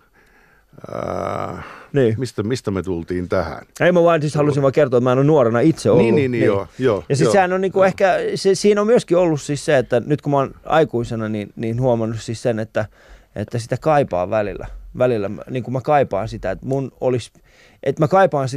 Mistä me tultiin tähän? Ei, mä vaan siis halusin vaan kertoa, että mä en ole nuorena itse ollut. Niin. Joo. Ja siis sehän on niinku ehkä, siinä on myöskin ollut siis se, että nyt kun mä oon aikuisena, niin huomannut siis sen, että sitä kaipaa välillä. Välillä niin kuin mä kaipaan sitä, että mä kaipaan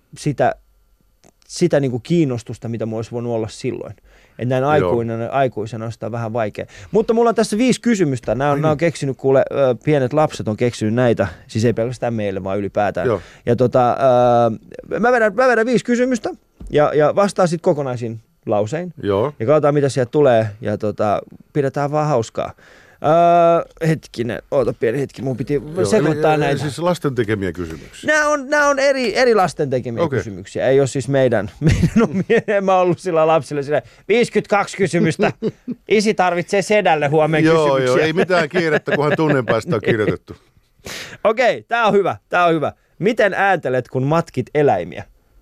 sitä niin kuin kiinnostusta, mitä mulla olisi voinut olla silloin. Että näin aikuisena on sitä vähän vaikea. Mutta mulla on tässä 5 kysymystä. Nämä on keksinyt, kuule, pienet lapset on keksinyt näitä. Siis ei pelkästään meille, vaan ylipäätään. Joo. Ja mä vedän 5 kysymystä ja vastaan sitten kokonaisiin lausein. Joo. Ja katsotaan, mitä sieltä tulee. Ja pidetään vaan hauskaa. Hetkinen, oota pieni hetki, mun piti sekoittaa näitä. Siis lasten tekemiä kysymyksiä. Nämä on eri lasten tekemiä kysymyksiä. Ei ole siis meidän en mä ollut sillä lapsilla sillä 52 kysymystä. Isi tarvitsee sedälle huomenna kysymyksiä. Joo, ei mitään kiirettä, kunhan tunnen päästä on kirjoitettu. Okei, tää on hyvä. Miten ääntelet, kun matkit eläimiä?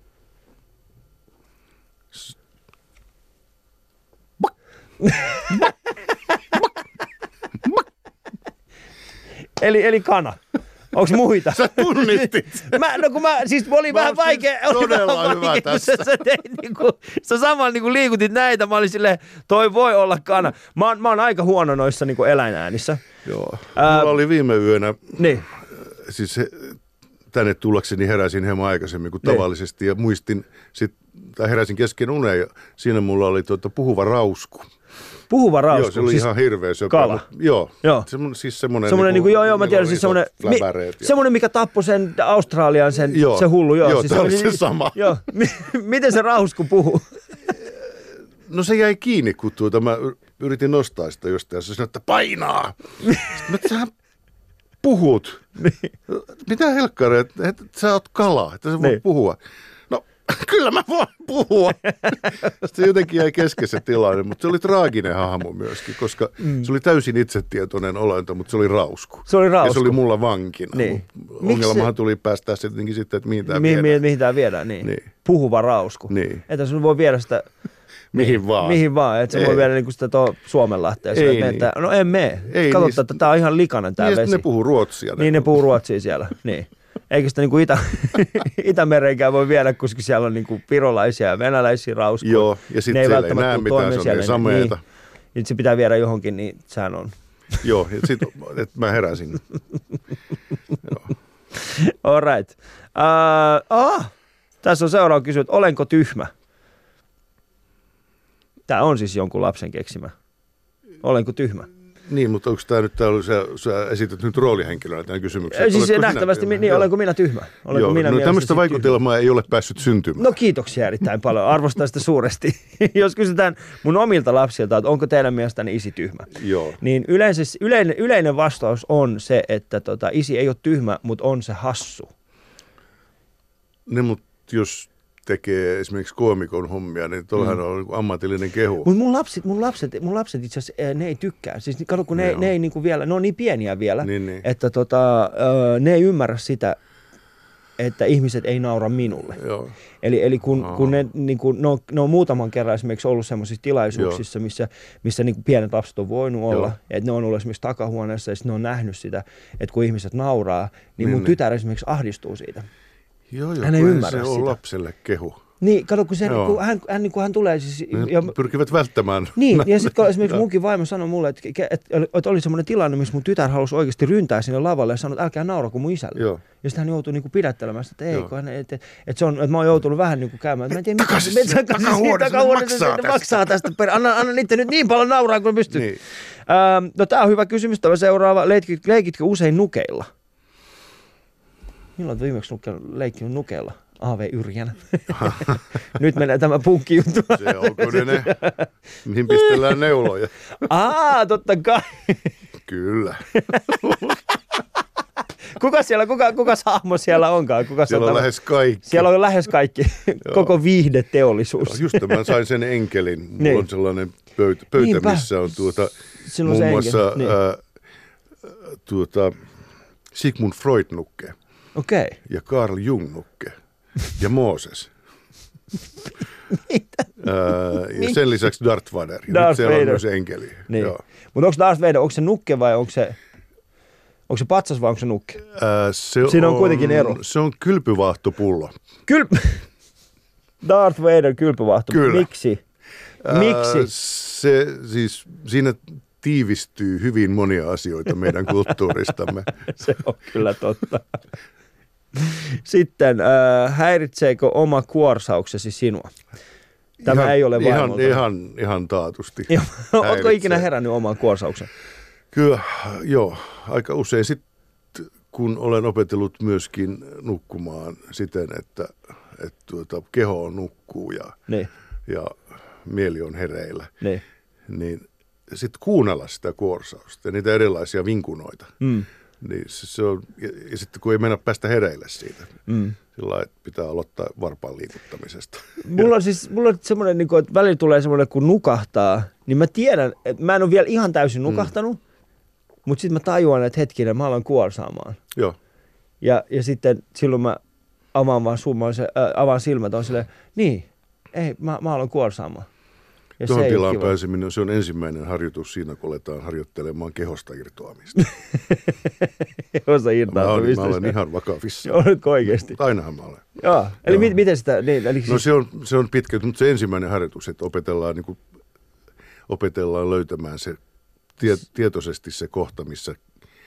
Eli kana. Onks muita? Sä tunnistit. Siis oli vähän vaikea. Todella hyvä tässä. Sä samalla niinku liikutit näitä. Mä olin silleen, toi voi olla kana. Mä oon aika huono noissa niinku eläinäänissä. Joo. Mulla oli viime yönä. Niin. Siis tänne tullakseni heräsin hieman aikaisemmin kuin tavallisesti ja heräsin kesken uneen ja siinä mulla oli puhuva rausku. Puhuva rausku. Joo, se oli siis ihan hirveä söpö. Kala. Joo. Siis semmoinen joo, mä tiedän, siis semmoinen, mikä tappoi sen Australian, se hullu. Joo, siis tämä oli se sama. Joo. Miten se rausku puhuu? No se jäi kiinni, kun mä yritin nostaa sitä jostain, ja se sanoi, että painaa. Sitten sähän puhut. Mitä helkkaria, että sä oot kala, että sä voit puhua. Kyllä mä voin puhua. Sitten jotenkin jäi kesken se tilanne, mutta se oli traaginen hahmo myöskin, koska se oli täysin itsetietoinen olento, mutta se oli rausku. Ja se oli mulla vankina. Niin. Ongelmahan tuli päästää sitten, että mihin tää viedään. Niin. Puhuva rausku. Niin. Että sun voi viedä sitä mihin vaan. Että se voi viedä niinku sitä Suomenlahteen. No en mene. Katsotaan, että tää on ihan likainen tää vesi. Ne puhuu ruotsia. Niin ne puhuu ruotsia siellä. Niin. Eikä sitä niinku Itämerenkään voi viedä, koska siellä on niinku virolaisia ja venäläisiä rauskuja. Joo, ja sitten siellä ei näe mitään, se on niin sameeta. Niin se pitää viedä johonkin, niin sehän on. Joo, ja sitten mä heräsin. All right. Tässä on seuraava kysymys. Olenko tyhmä? Tämä on siis jonkun lapsen keksimä. Olenko tyhmä? Niin, mutta onko tämä nyt, sä esität nyt roolihenkilönä tämän kysymyksen? Siis nähtävästi, olenko minä tyhmä? Tämmöistä vaikutelmaa ei ole päässyt syntymään. No kiitoksia erittäin paljon, arvostan sitä suuresti. Jos kysytään mun omilta lapsilta, että onko teidän mielestäni isi tyhmä? Joo. Niin yleinen vastaus on se, että isi ei ole tyhmä, mutta on se hassu. Mutta jos tekee esimerkiksi koomikon hommia, niin tuollahan on ammatillinen kehu. Mutta mun lapset itse asiassa, ne ei tykkää. Siis kato, kun ne ei niinku vielä, ne on niin pieniä vielä, että ne ei ymmärrä sitä, että ihmiset ei naura minulle. Joo. Eli kun ne on muutaman kerran esimerkiksi ollut sellaisissa tilaisuuksissa, missä niin kuin pienet lapset on voinut olla, että ne on ollut esimerkiksi takahuoneessa ja ne on nähnyt sitä, että kun ihmiset nauraa, niin mun tytär esimerkiksi ahdistuu siitä. Joo, hän ei ymmärrä se sitä. on lapselle kehu. Niin, kato, kun hän tulee siis... Pyrkivät välttämään. Niin, ja sitten esimerkiksi munkin vaimo sanoi mulle, että oli semmoinen tilanne, missä mun tytär halusi oikeasti ryntää sinne lavalle ja sanoi, että älkää naurako mun isälle. Joo. Ja sitten hän joutui niinku pidättelemään sitä, että mä oon joutunut vähän niinku käymään. Mä en tiedä, takahuoneessa maksaa tästä. Anna niitä nyt niin paljon nauraa, kuin pystyy. Niin. No tää on hyvä kysymys. Tämä seuraava. Leikitkö usein nukeilla? Milloin viimeksi leikkinyt nukeilla? A.V. Yrjänä. Nyt menee tämä punkkijuttu. Se onko ne, mihin pistellään neuloja. Totta kai. Kyllä. Kuka hahmo siellä onkaan? Siellä on lähes kaikki. Siellä on lähes kaikki. Koko viihdeteollisuus. Just mä sain sen enkelin. Mulla on sellainen pöytä missä on muun muassa Sigmund Freud nukke. Okei. Ja Carl Jung nukke. Ja Mooses. Ja sen lisäksi Darth Vader. Ja siellä on myös enkeli. Niin. Mutta onko Darth Vader, onko se nukke vai onko se patsas vai onko se nukke? Siinä on kuitenkin ero. Se on kylpyvaahtopullo. Darth Vader kylpyvaahto. Kyllä. Miksi? Se siis siinä tiivistyy hyvin monia asioita meidän kulttuuristamme. Se on kyllä totta. Sitten, häiritseekö oma kuorsauksesi sinua? Tämä ei ole vaimolta. Ihan taatusti. Oletko ikinä herännyt omaan kuorsaukseen? Kyllä, joo. Aika usein sitten, kun olen opetellut myöskin nukkumaan siten, että keho nukkuu ja mieli on hereillä, niin sitten kuunnella sitä kuorsausta ja niitä erilaisia vinkunoita. Niin se on, ja sitten kun ei mennä päästä hereille siitä, sillä lailla, että pitää aloittaa varpaan liikuttamisesta. Mulla on semmoinen, että välillä tulee semmoinen, kun nukahtaa, niin mä tiedän, että mä en ole vielä ihan täysin nukahtanut, mutta sitten mä tajuan, että hetkinen, mä alan kuorsaamaan. Joo. Ja sitten silloin mä avaan silmät, on silleen, mä alan kuorsaamaan. Tuohon tilaan pääseminen, se on ensimmäinen harjoitus siinä, kun aletaan harjoittelemaan kehosta irtoamista. Kehosta irtoamista. Mä olen ihan vakavissa. Oletko oikeasti? Ainahan mä olen. Joo. Eli miten sitä? No se on pitkä, mutta se ensimmäinen harjoitus, että opetellaan löytämään se tietoisesti se kohta, missä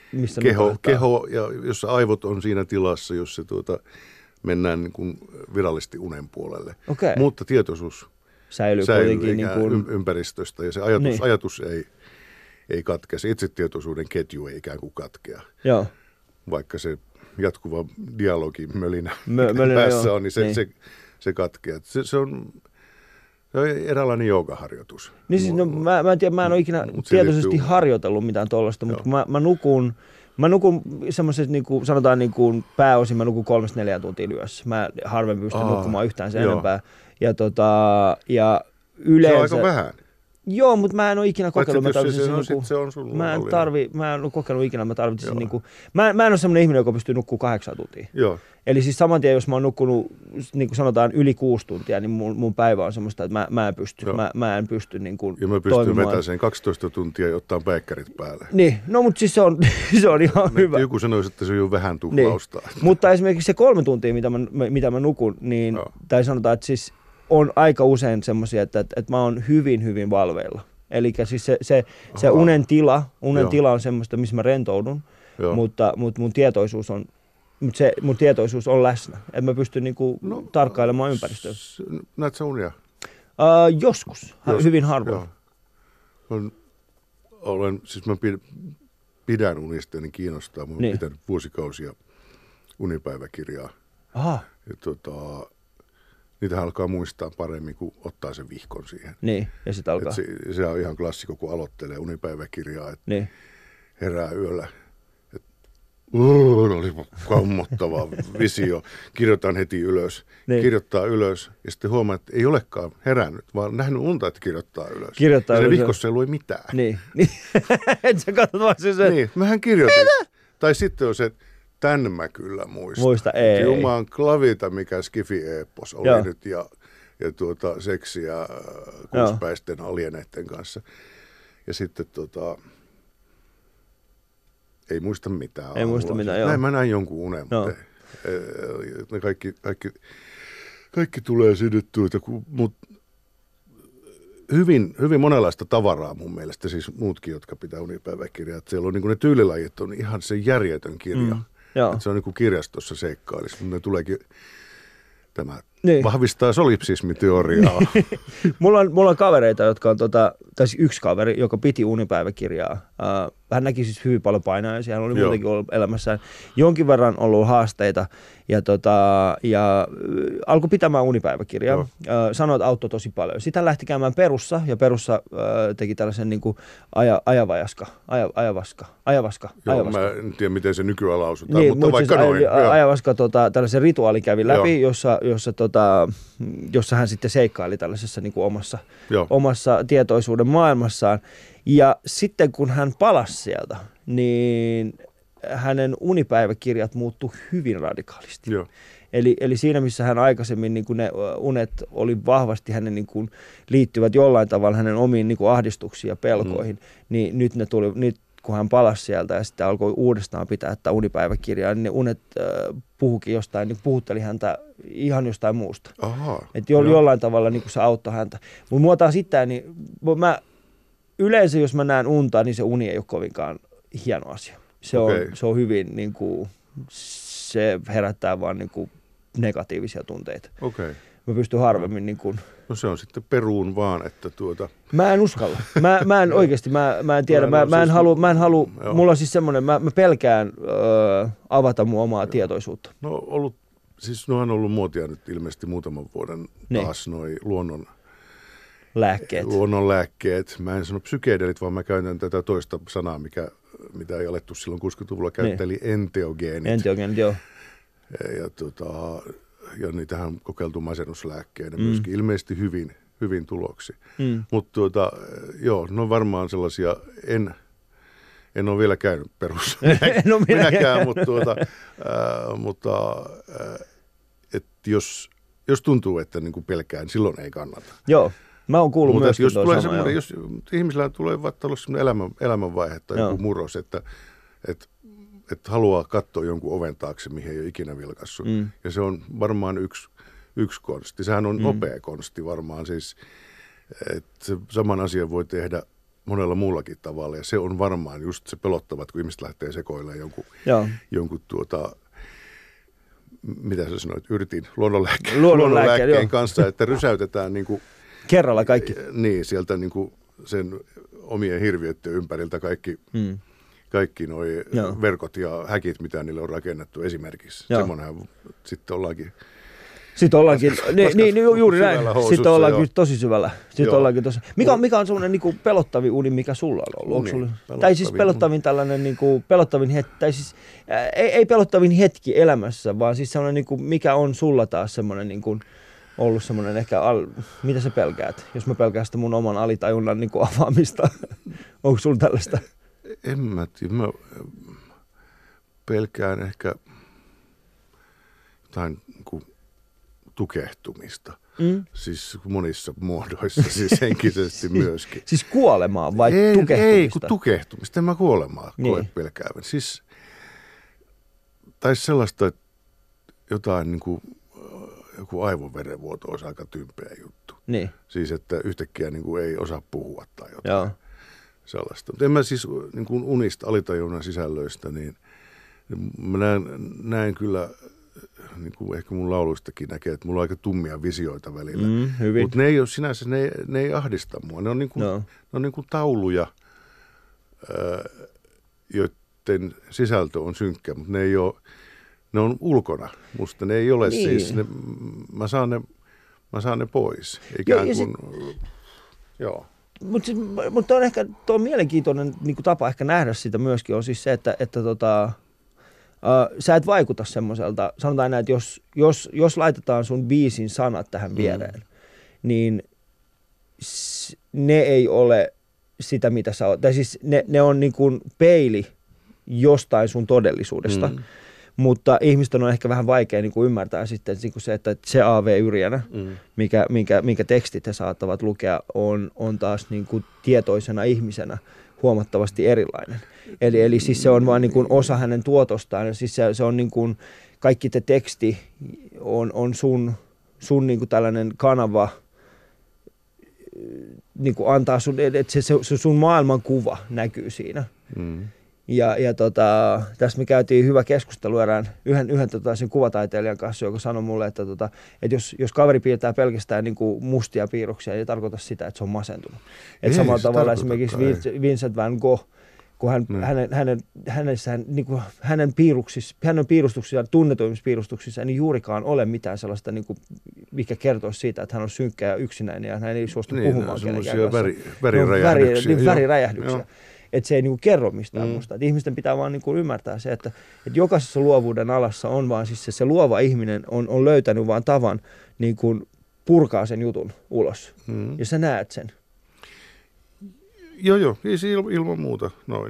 keho ja jossa aivot on siinä tilassa, jossa mennään niin kuin virallisesti unen puolelle. Okay. Mutta tietoisuus säilyy niin kuin ympäristöstä ja se ajatus ei katkea. Se itsetietoisuuden ketju ei ikään kuin katkea. Joo. Vaikka se jatkuva dialogi mölinä päässä on, niin se katkeaa. Se on eräänlainen joogaharjoitus. Niin siis, mä en tiedä, mä en ole ikinä tietoisesti harjoitellut mitään tuollaista, mutta kun mä nukun semmoiset, niin kuin, sanotaan niin kuin pääosin, mä nukun 3-4 tuntia yössä. Mä harvemmin pystyn nukkumaan yhtään sen enempää. Ja yleensä... Se on aika vähän. Joo, mutta mä en ole ikinä kokeillut. Mä en ole kokeillut ikinä, mä tarvitsisin niinku... Mä en ole semmoinen ihminen, joka pystyy nukkumaan 8 tuntia. Joo. Eli siis saman tien, jos mä oon nukkunut, niin kuin sanotaan, yli 6 tuntia, niin mun päivä on semmoista, että mä en pysty. Mä en pysty niin ja mä pystyn vetämään sen 12 tuntia ja ottaa päikkärit päälle. Niin, no mutta siis se on ihan hyvä. Joku sanoisi, että se on jo vähän tuhlausta. Niin. Mutta esimerkiksi se 3 tuntia, mitä mä nukun, niin, tai sanotaan, että siis on aika usein semmoisia, että mä oon hyvin, hyvin valveilla. Eli siis se unen tila on semmoista, missä mä rentoudun, mutta mun tietoisuus on läsnä. Että mä pystyn niinku tarkkailemaan ympäristöä. Näet sä unia? Joskus. Hyvin harvoin. Siis mä pidän unista, niin kiinnostaa. Mä oon pitänyt vuosikausia unipäiväkirjaa. Aha. Ja niitähän alkaa muistaa paremmin, kun ottaa sen vihkon siihen. Niin, ja sitten alkaa. Se on ihan klassikko, kun aloittelee unipäiväkirjaa, että herää yöllä. Oli kammottava visio. Kirjoitan heti ylös. Kirjoittaa ylös ja sitten huomaa, että ei olekaan herännyt, vaan nähnyt unta, että kirjoittaa ylös. Ja se vihkossa ei lue mitään. Niin. Et sä katsot vaan se. Niin, mähän kirjoitin. Tai sitten on se, tän mä kyllä muistan. Muista, ei. Jumalan klavita, mikä skifi-eepos oli nyt ja seksiä kuuspäisten alieneiden kanssa. Ja sitten ei muista mitään. Ei muista mitään, joo. Näin mä näin jonkun unen, mutta kaikki tulee synnyttyä, mutta hyvin, hyvin monenlaista tavaraa mun mielestä, siis muutkin, jotka pitää unipäiväkirjaa. Siellä on niin kuin ne tyylilajit on ihan se järjetön kirja. Että se on niin kuin kirjastossa seikkailis, mutta ne tuleekin, tämä vahvistaa solipsismiteoriaa. Mulla on kavereita, jotka on, tai yksi kaveri, joka piti unipäiväkirjaa hän näki siis hyvin paljon painajaisia, hän oli muutenkin ollut elämässään jonkin verran ollut haasteita ja alkoi pitämään unipäiväkirjaa. Sanoi, että auttoi tosi paljon. Sitten hän lähti käymään Perussa ja Perussa teki tällaisen niin kuin ajavaska. Mä en tiedä, miten se nykyään lausutaan, niin, mutta vaikka siis noin. Ajavaska tällaisen rituaalin kävi läpi, jossa hän sitten seikkaili tällaisessa niin kuin omassa tietoisuuden maailmassaan. Ja sitten kun hän palasi sieltä, niin hänen unipäiväkirjat muuttui hyvin radikaalisti. Joo. Eli siinä, missä hän aikaisemmin niin kuin ne unet oli vahvasti hänen niin kuin liittyvät jollain tavalla hänen omiin niin kuin ahdistuksiin ja pelkoihin, niin nyt kun hän palasi sieltä ja sitten alkoi uudestaan pitää tätä unipäiväkirjaa, niin ne unet puhukin jostain, niin puhutteli häntä ihan jostain muusta. Että jollain tavalla niin kuin se auttoi häntä. Mutta mua taas sitten, niin yleensä jos mä näen unta, niin se uni ei ole kovinkaan hieno asia. Se on hyvin, niin kuin, se herättää vaan niin kuin negatiivisia tunteita. Mä pystyn harvemmin niin kuin... No se on sitten peruun vaan, että Mä en uskalla. Mä en oikeasti, mä en tiedä. Mä en halua, mulla on siis semmoinen, mä pelkään avata mun omaa tietoisuutta. No on ollut muotia nyt ilmeisesti muutaman vuoden taas noi luonnonlääkkeet. Mä en sano psykedelit, vaan mä käytän tätä toista sanaa, mitä ei alettu silloin 60-luvulla käyttää, eli enteogeenit. Enteogeenit, joo. Ja niitähän on kokeiltu masennuslääkkeinä myöskin ilmeisesti hyvin tuloksi. Mutta ne on varmaan sellaisia, en ole vielä käynyt Perussa. Minäkään, mutta jos tuntuu, että niin kuin pelkään, silloin ei kannata. Joo. Mä oon kuullut myöskin jos ihmisillä tulee vaikka sellainen elämänvaihe tai joku murros, että haluaa katsoa jonkun oven taakse, mihin ei ole ikinä vilkaissut. Ja se on varmaan yksi konsti. Sehän on nopea konsti varmaan. Siis, että se saman asian voi tehdä monella muullakin tavalla. Ja se on varmaan just se pelottavat, kun ihmiset lähtee sekoilemaan jonkun mitä sä sanoit, luonnonlääkkeen kanssa, että rysäytetään niin kuin kerralla kaikki. Niin, sieltä niin kuin sen omien hirviöiden ympäriltä kaikki nuo verkot ja häkit, mitä niille on rakennettu esimerkiksi. Semmoinenhan sitten ollaankin... Juuri näin. Sitten ollaankin tosi syvällä. Mikä on semmoinen niin pelottavin uni, mikä sulla on ollut? Tai siis pelottavin tällainen, niin kuin, pelottavin hetki, tai siis ei pelottavin hetki elämässä, vaan siis semmoinen, niin kuin, mikä on sulla taas semmoinen, niin kuin, ollut semmoinen ehkä, mitä sä pelkäät? Jos mä pelkään sitä mun oman alitajunnan niin kuin avaamista, onko sulla tällaista? En mä tiedä. Mä pelkään ehkä jotain tukehtumista. Siis monissa muodoissa, siis henkisesti myöskin. Siis kuolemaa vai tukehtumista? Ei, kun tukehtumista. En mä kuolemaa koe pelkäävän. Siis, tai sellaista, että jotain niin kuin, joku aivoverenvuoto olisi aika tympeä juttu. Niin. Siis, että yhtäkkiä niin kuin ei osaa puhua tai jotain. Sellaista. Mutta en mä siis niin kuin unista, alitajunnan sisällöistä, niin mä näen kyllä, niin kuin ehkä mun lauluistakin näkee, että mulla on aika tummia visioita välillä. Mutta ne ei ole sinänsä, ne ei ahdista mua. Ne on niin kuin, ne on niin kuin tauluja, joiden sisältö on synkkä, mutta ne on ulkona. Musta ne ei ole siis, mä saan ne pois. Ikään kuin, Mutta on ehkä tuo mielenkiintoinen niin kuin tapa ehkä nähdä sitä myöskin on siis se, että sä et vaikuta semmoiselta, sanotaan näin, että jos laitetaan sun biisin sanat tähän viereen, niin ne ei ole sitä, mitä sä oot. Tai siis ne on niin kuin peili jostain sun todellisuudesta. Mutta ihmisten on ehkä vähän vaikea niin kuin ymmärtää sitten niin kuin se, että se AV-yrjänä, minkä tekstit he saattavat lukea, on taas niin kuin tietoisena ihmisenä huomattavasti erilainen. Eli siis se on vain niin kuin osa hänen tuotostaan. Siis se on niin kuin, kaikki te teksti on sun niin kuin tällainen kanava, niin kuin antaa sun, että se sun maailmankuva näkyy siinä. Ja tässä me käytiin hyvä keskustelu yhden sen kuvataiteilijan kanssa, joka sanoi mulle, että jos kaveri piirtää pelkästään niin kuin mustia piirroksia, ei tarkoita sitä, että se on masentunut. Että samalla tavalla esimerkiksi Vincent van Gogh, kun hänen piirustuksissaan, tunnetuimmissa piirustuksissa, niin juurikaan ole mitään sellaista, niin kuin, mikä kertoisi siitä, että hän on synkkä ja yksinäinen ja hän ei suostu puhumaan kenenkään kanssa. Väriräjähdyksiä. Että se ei niinku kerro mistään musta. Et ihmisten pitää vaan niinku ymmärtää se, että jokaisessa luovuuden alassa on vaan siis se luova ihminen on löytänyt vaan tavan niinku purkaa sen jutun ulos. Ja sä näet sen. Joo, ilman muuta. Noin,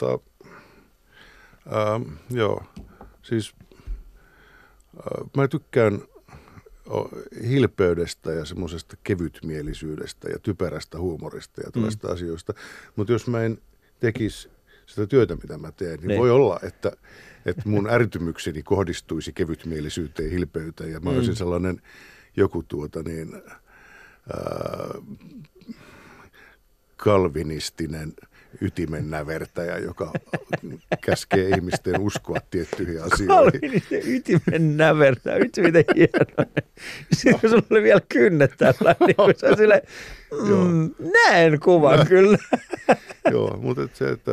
joo, siis mä tykkään hilpeydestä ja semmoisesta kevytmielisyydestä ja typerästä huumorista ja tällaista asioista. Mutta jos mä en tekisi sitä työtä, mitä mä teen, niin voi olla, että mun ärtymykseni kohdistuisi kevytmielisyyteen ja hilpeyteen. Ja mä olisin sellainen joku kalvinistinen ytimennävertäjä, joka käskee ihmisten uskoa tiettyihin asioihin. Kalvinistinen ytimennävertäjä, miten hienoa. Sitten kun sulla oli vielä kynnet tällä, niin kun sä silleen, näen kuvan kyllä. Joo, mutta se, että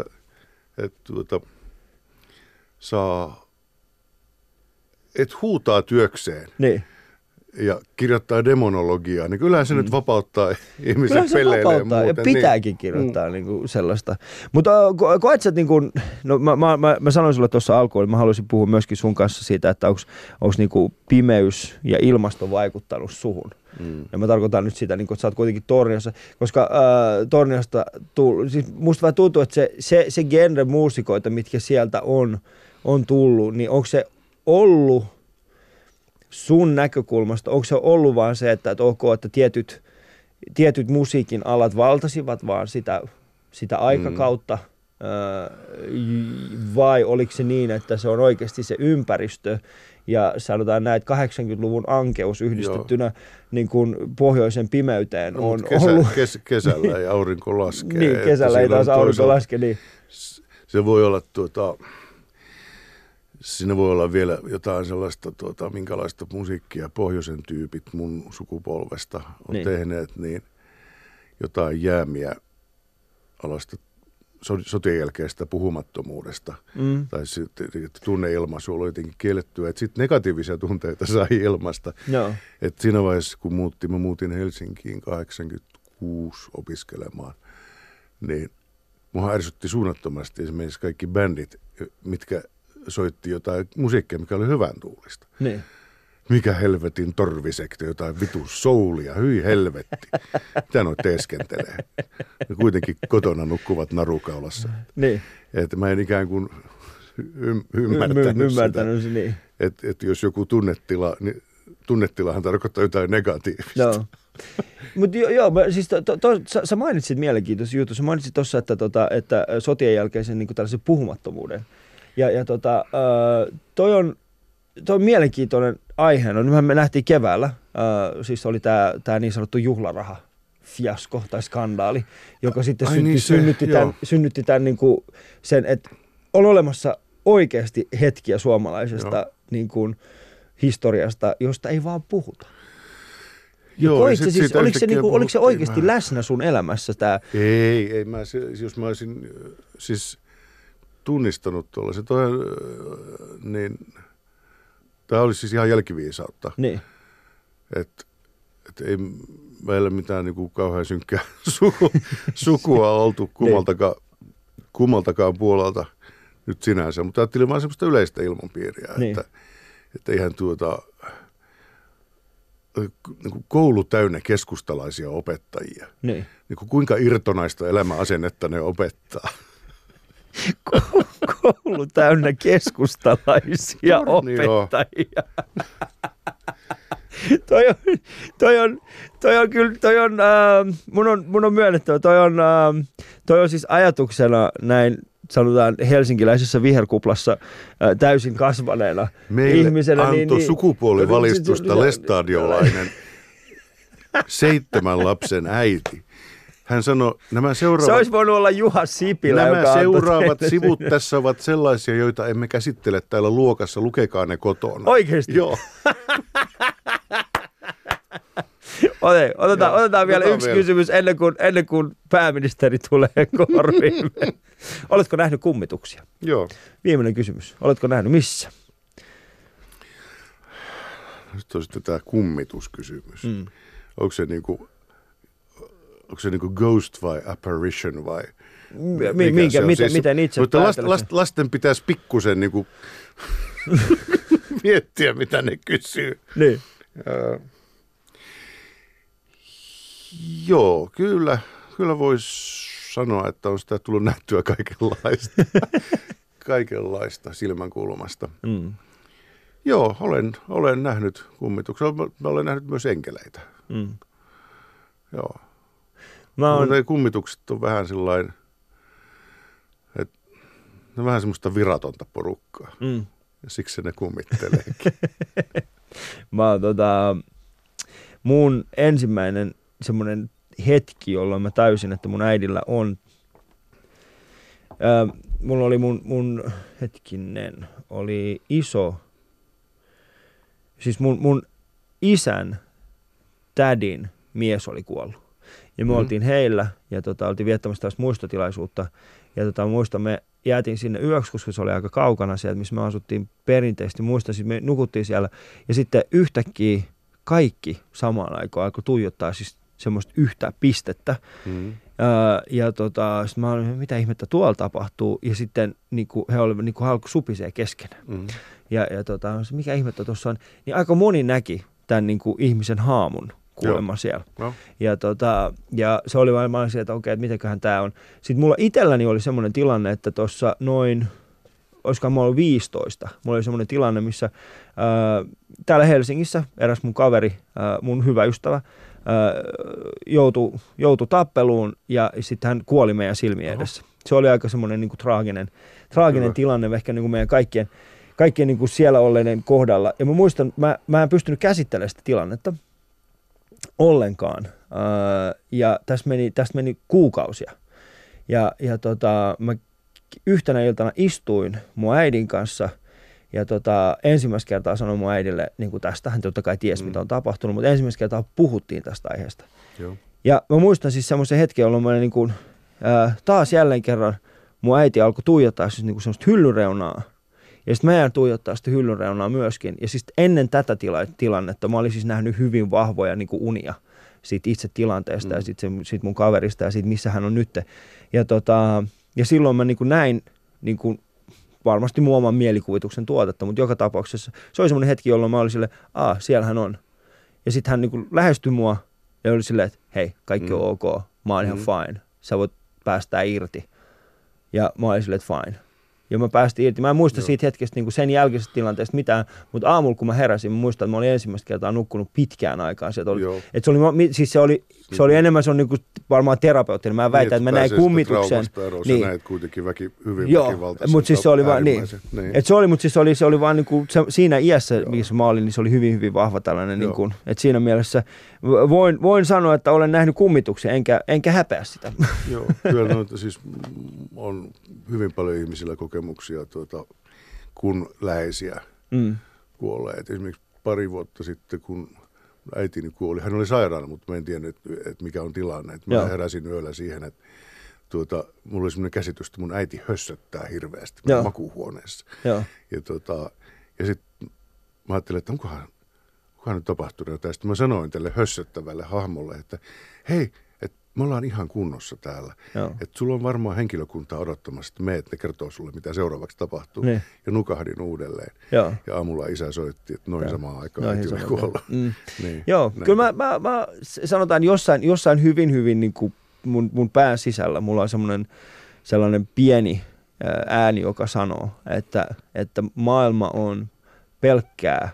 huutaa työkseen. Niin. Ja kirjoittaa demonologiaa, niin kyllähän se nyt vapauttaa ihmisen pelleilemään muuten. Ja pitääkin kirjoittaa niin sellaista. Mutta koet sä, niin kuin, no mä sanoin sulle tuossa alkuun, että mä haluaisin puhua myöskin sun kanssa siitä, että onko niin pimeys ja ilmasto vaikuttanut suhun. Ja mä tarkoitan nyt sitä, niin kuin, että sä oot kuitenkin Torniossa, koska Torniosta siis musta vähän tuntuu, että se genre muusikoita, mitkä sieltä on tullut, niin onko se ollut sun näkökulmasta, onko se ollut vaan se, että että tietyt musiikin alat valtasivat vaan sitä aikakautta, vai oliko se niin, että se on oikeasti se ympäristö ja sanotaan näin, että 80-luvun ankeus yhdistettynä niin kuin pohjoisen pimeyteen on ollut. Kesällä ei aurinko laskee. Niin, kesällä ei taas aurinko laske. Niin. Se voi olla siinä voi olla vielä jotain sellaista, minkälaista musiikkia pohjoisen tyypit mun sukupolvesta on tehneet, niin jotain jäämiä alasta sotien jälkeistä puhumattomuudesta. Tai sitten tunneilmaisu oli jotenkin kiellettyä, että sitten negatiivisia tunteita sai ilmasta. Että siinä vaiheessa, kun mä muutin Helsinkiin 86 opiskelemaan, niin mua ärsytti suunnattomasti esimerkiksi kaikki bändit, mitkä soitti jotain musiikkia, mikä oli hyvän tuulista. Niin. Mikä helvetin torvisekti, jotain vitu soulia, hyi helvetti. Mitä noi teeskentelee? Ne kuitenkin kotona nukkuvat narukaulassa. Niin. Että mä en ikään kuin ymmärtänyt sitä. Niin. Että jos joku tunnetilahan tarkoittaa jotain negatiivista. No. Mutta siis sä mainitsit mielenkiintoisen jutun. Sä mainitsit tuossa, että sotien jälkeisen niin kuin tällaisen puhumattomuuden. Ja toi on mielenkiintoinen aihe. No, me nähtiin keväällä, siis oli tämä niin sanottu juhlaraha-fiasko tai skandaali, joka sitten synnytti tämän niin kuin sen, että on olemassa oikeasti hetkiä suomalaisesta niin kuin historiasta, josta ei vaan puhuta. Joo, oliko se oikeasti läsnä sun elämässä tämä? Ei, jos mä olisin siis tunnistanut tuollaisen, niin tämä olisi siis ihan jälkiviisautta. Niin. Että ei meillä mitään niinku kauhean synkkää sukua oltu kummaltakaan puolelta nyt sinänsä, mutta ajattelin vaan semmoista yleistä ilmapiiriä, niin. että eihän niin koulu täynnä keskustalaisia opettajia. Niin. Niin kuinka irtonaista elämäasennetta ne opettaa. Koulu täynnä keskustalaisia opettajia. Mun on myönnettävä, toi on siis ajatuksena näin, sanotaan helsinkiläisessä viherkuplassa täysin kasvaneena meille ihmisenä. Antoi sukupuolivalistusta lestadiolainen 7 lapsen äiti. Hän sanoi, se olisi voinut olla Juha Sipilä, nämä seuraavat sivut tässä ovat sellaisia, joita emme käsittele täällä luokassa. Lukekaa ne kotona. Oikeasti? Joo. Otetaan vielä yksi kysymys ennen kuin pääministeri tulee korviin. Oletko nähnyt kummituksia? Joo. Viimeinen kysymys. Oletko nähnyt missä? Nyt on sitten tämä kummituskysymys. Onko se niinku ghost vai apparition vai... Miten itse mutta lasten pitäisi pikkusen niinku miettiä, mitä ne kysyy. Niin. Joo, kyllä voisi sanoa, että on sitä tullut nähtyä kaikenlaista silmänkulmasta. Joo, olen nähnyt kummituksia. Mä olen nähnyt myös enkeleitä. Joo. Mutta kummitukset on vähän sellainen, että ne on vähän semmoista viratonta porukkaa. Ja siksi ne kummitteleekin. Mun ensimmäinen semmoinen hetki, jolloin mä täysin, että mun äidillä on, mulla oli oli iso, siis mun isän tädin mies oli kuollut. Ja me oltiin heillä ja oltiin viettämässä tällaista muistotilaisuutta. Ja muistan, me jäätiin sinne yöksi, koska se oli aika kaukana sieltä, missä me asuttiin perinteisesti. Muistan, siis me nukuttiin siellä ja sitten yhtäkkiä kaikki samaan aikaan alkoi tuijottaa siis semmoista yhtä pistettä. Sitten mä olin, mitä ihmettä tuolla tapahtuu. Ja sitten he alkoi supisee keskenään. Ja mikä ihmettä tuossa on. Niin aika moni näki tämän ihmisen haamun kuulemma siellä. Ja se oli vain se, että okei, että mitäköhän tämä on. Sitten mulla itselläni oli semmoinen tilanne, että tuossa olisikohan mulla ollut 15. Mulla oli semmoinen tilanne, missä täällä Helsingissä eräs mun kaveri, mun hyvä ystävä, joutui tappeluun ja sitten hän kuoli meidän silmien edessä. Se oli aika semmoinen traaginen tilanne ehkä meidän kaikkien siellä olleiden kohdalla. Ja mä muistan, mä en pystynyt käsittelemään sitä tilannetta ollenkaan. Ja tästä meni kuukausia. Ja mä yhtenä iltana istuin mun äidin kanssa ja ensimmäistä kertaa sanoin mun äidille, tästä hän totta kai tiesi, mitä on tapahtunut, mutta ensimmäistä kertaa puhuttiin tästä aiheesta. Joo. Ja mä muistan siis semmoisen hetken, jolloin mä taas jälleen kerran mun äiti alkoi tuijottaa siis semmoista hyllyreunaa. Ja sitten mä jään tuijottaa sitä hyllynreunaa myöskin. Ja siis ennen tätä tilannetta mä olin siis nähnyt hyvin vahvoja unia siitä itse tilanteesta ja siitä mun kaverista ja siitä, missä hän on nyt. Ja silloin mä näin varmasti mun oman mielikuvituksen tuotetta, mutta joka tapauksessa se oli semmoinen hetki, jolloin mä olin silleen, siellä hän on. Ja sitten hän lähestyi mua ja oli silleen, että hei, kaikki on ok, mä oon ihan fine, sä voit päästää irti. Ja mä olin silleen, että fine. Ja mä päästiin irti. Mä en muista siitä hetkestä sen jälkeisestä tilanteesta mitään, mutta aamulla kun mä heräsin, mä muistan, että mä olin ensimmäistä kertaa nukkunut pitkään aikaan. Se oli enemmän varmaan terapeuttinen. Mä väitän, että mä näin kummituksen. Niin. Sä näit kuitenkin hyvin väkivaltaisen. Mutta siis se oli vaan niin. Se oli vaan siinä iässä, missä mä olin, niin se oli hyvin, hyvin vahva tällainen. Että siinä mielessä voin sanoa, että olen nähnyt kummituksen, enkä häpeä sitä. Joo, kyllä siis on hyvin paljon ihmisillä kokemuksia, kun läheisiä kuolleet. Esimerkiksi pari vuotta sitten, kun äitini kuoli, hän oli sairaana, mutta mä en tiennyt, että mikä on tilanne. Mä heräsin yöllä siihen, että mulla oli sellainen käsitys, että mun äiti hössöttää hirveästi makuuhuoneessa. Ja sitten mä ajattelin, että onkohan nyt tapahtunut jotain. Sitten mä sanoin tälle hössöttävälle hahmolle, että hei, me ollaan ihan kunnossa täällä. Että sulla on varmaan henkilökuntaa odottamassa, että meet, ne kertoo sulle, mitä seuraavaksi tapahtuu. Niin. Ja nukahdin uudelleen. Ja aamulla isä soitti, että noin samaan aikaan äiti oli kuollut. Niin, joo, näin. Kyllä mä sanotaan jossain hyvin mun pään sisällä mulla on sellainen pieni ääni, joka sanoo, että maailma on pelkkää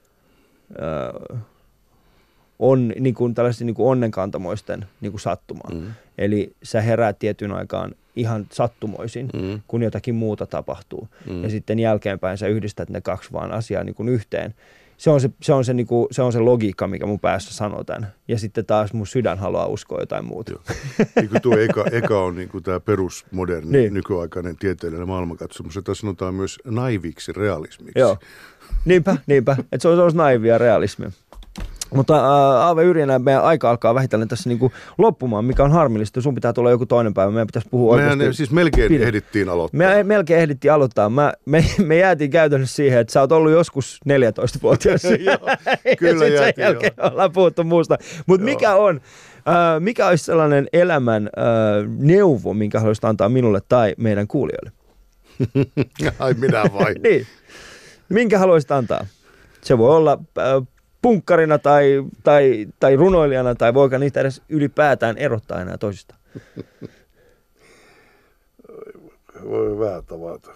on tällaisten onnenkantamoisten sattumaa. Eli sä heräät tietyn aikaan ihan sattumoisin, kun jotakin muuta tapahtuu. Ja sitten jälkeenpäin sä yhdistät ne kaksi vaan asiaa yhteen. Se on se logiikka, mikä mun päässä sanoo tämän. Ja sitten taas mun sydän haluaa uskoa jotain muuta. Niin tuo eka on tämä perusmoderni nykyaikainen tieteellinen maailmankatsomus, jota sanotaan myös naiviksi realismiksi. Joo. Niinpä. Että se on naivia realismia. Mutta Aave Yrjänä, meidän aika alkaa vähitellen tässä niinku loppumaan, mikä on harmillista. Sun pitää tulla joku toinen päivä, meidän pitäisi puhua oikeasti. Mehän siis melkein ehdittiin aloittaa. Me melkein ehdittiin aloittaa. Me jäätiin käytännössä siihen, että sä oot ollut joskus 14-vuotias. Kyllä ja sen jälkeen ollaan puhuttu muusta. Mutta mikä olisi sellainen elämän neuvo, minkä haluaisit antaa minulle tai meidän kuulijoille? Ai minä vai? Niin. Minkä haluaisit antaa? Se voi olla punkkarina tai runoilijana, tai voiko niitä edes ylipäätään erottaa enää toisistaan? Voi vähän tavata.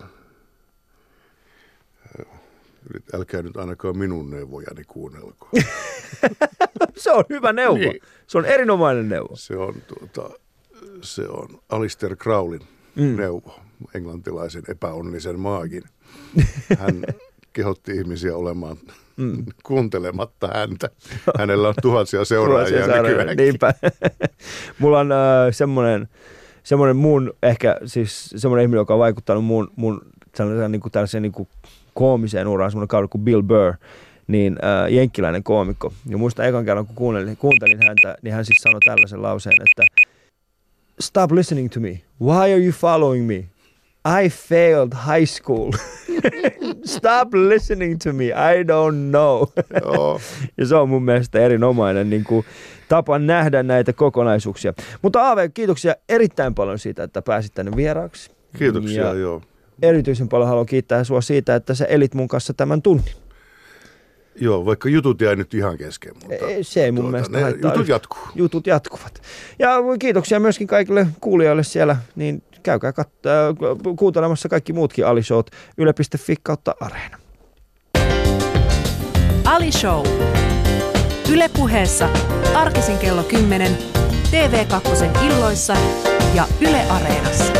Älkää nyt ainakaan minun neuvojani kuunnelko. Se on hyvä neuvo. Niin. Se on erinomainen neuvo. Se on Alistair Crowleyn neuvo, englantilaisen epäonnisen maagin. Hän kehotti ihmisiä olemaan kuuntelematta häntä. Hänellä on tuhansia seuraajia nykyäänkin. Niinpä. Mulla on semmoinen mun, ehkä siis semmoinen ihminen, joka on vaikuttanut mun tällaiseen niin kuin koomiseen uraan, semmoinen kauden kuin Bill Burr, niin jenkkiläinen koomikko. Ja muistan ekan kerran, kun kuuntelin häntä, niin hän siis sanoi tällaisen lauseen, että "Stop listening to me. Why are you following me? I failed high school. Stop listening to me. I don't know." Ja se on mun mielestä erinomainen niin kuin tapa nähdä näitä kokonaisuuksia. Mutta Aave, kiitoksia erittäin paljon siitä, että pääsit tänne vieraaksi. Kiitoksia, joo. Erityisen paljon haluan kiittää sua siitä, että sä elit mun kanssa tämän tunnin. Joo, vaikka jutut jäi nyt ihan kesken. Mutta se ei mun mielestä haittaa. Jutut jatkuu. Jutut jatkuvat. Ja kiitoksia myöskin kaikille kuulijoille siellä, niin käykää kuuntelemassa kaikki muutkin Ali-showt yle.fi/Areena. Ali Show. Yle Puheessa arkisin kello 10, TV2 illoissa ja Yle Areenassa.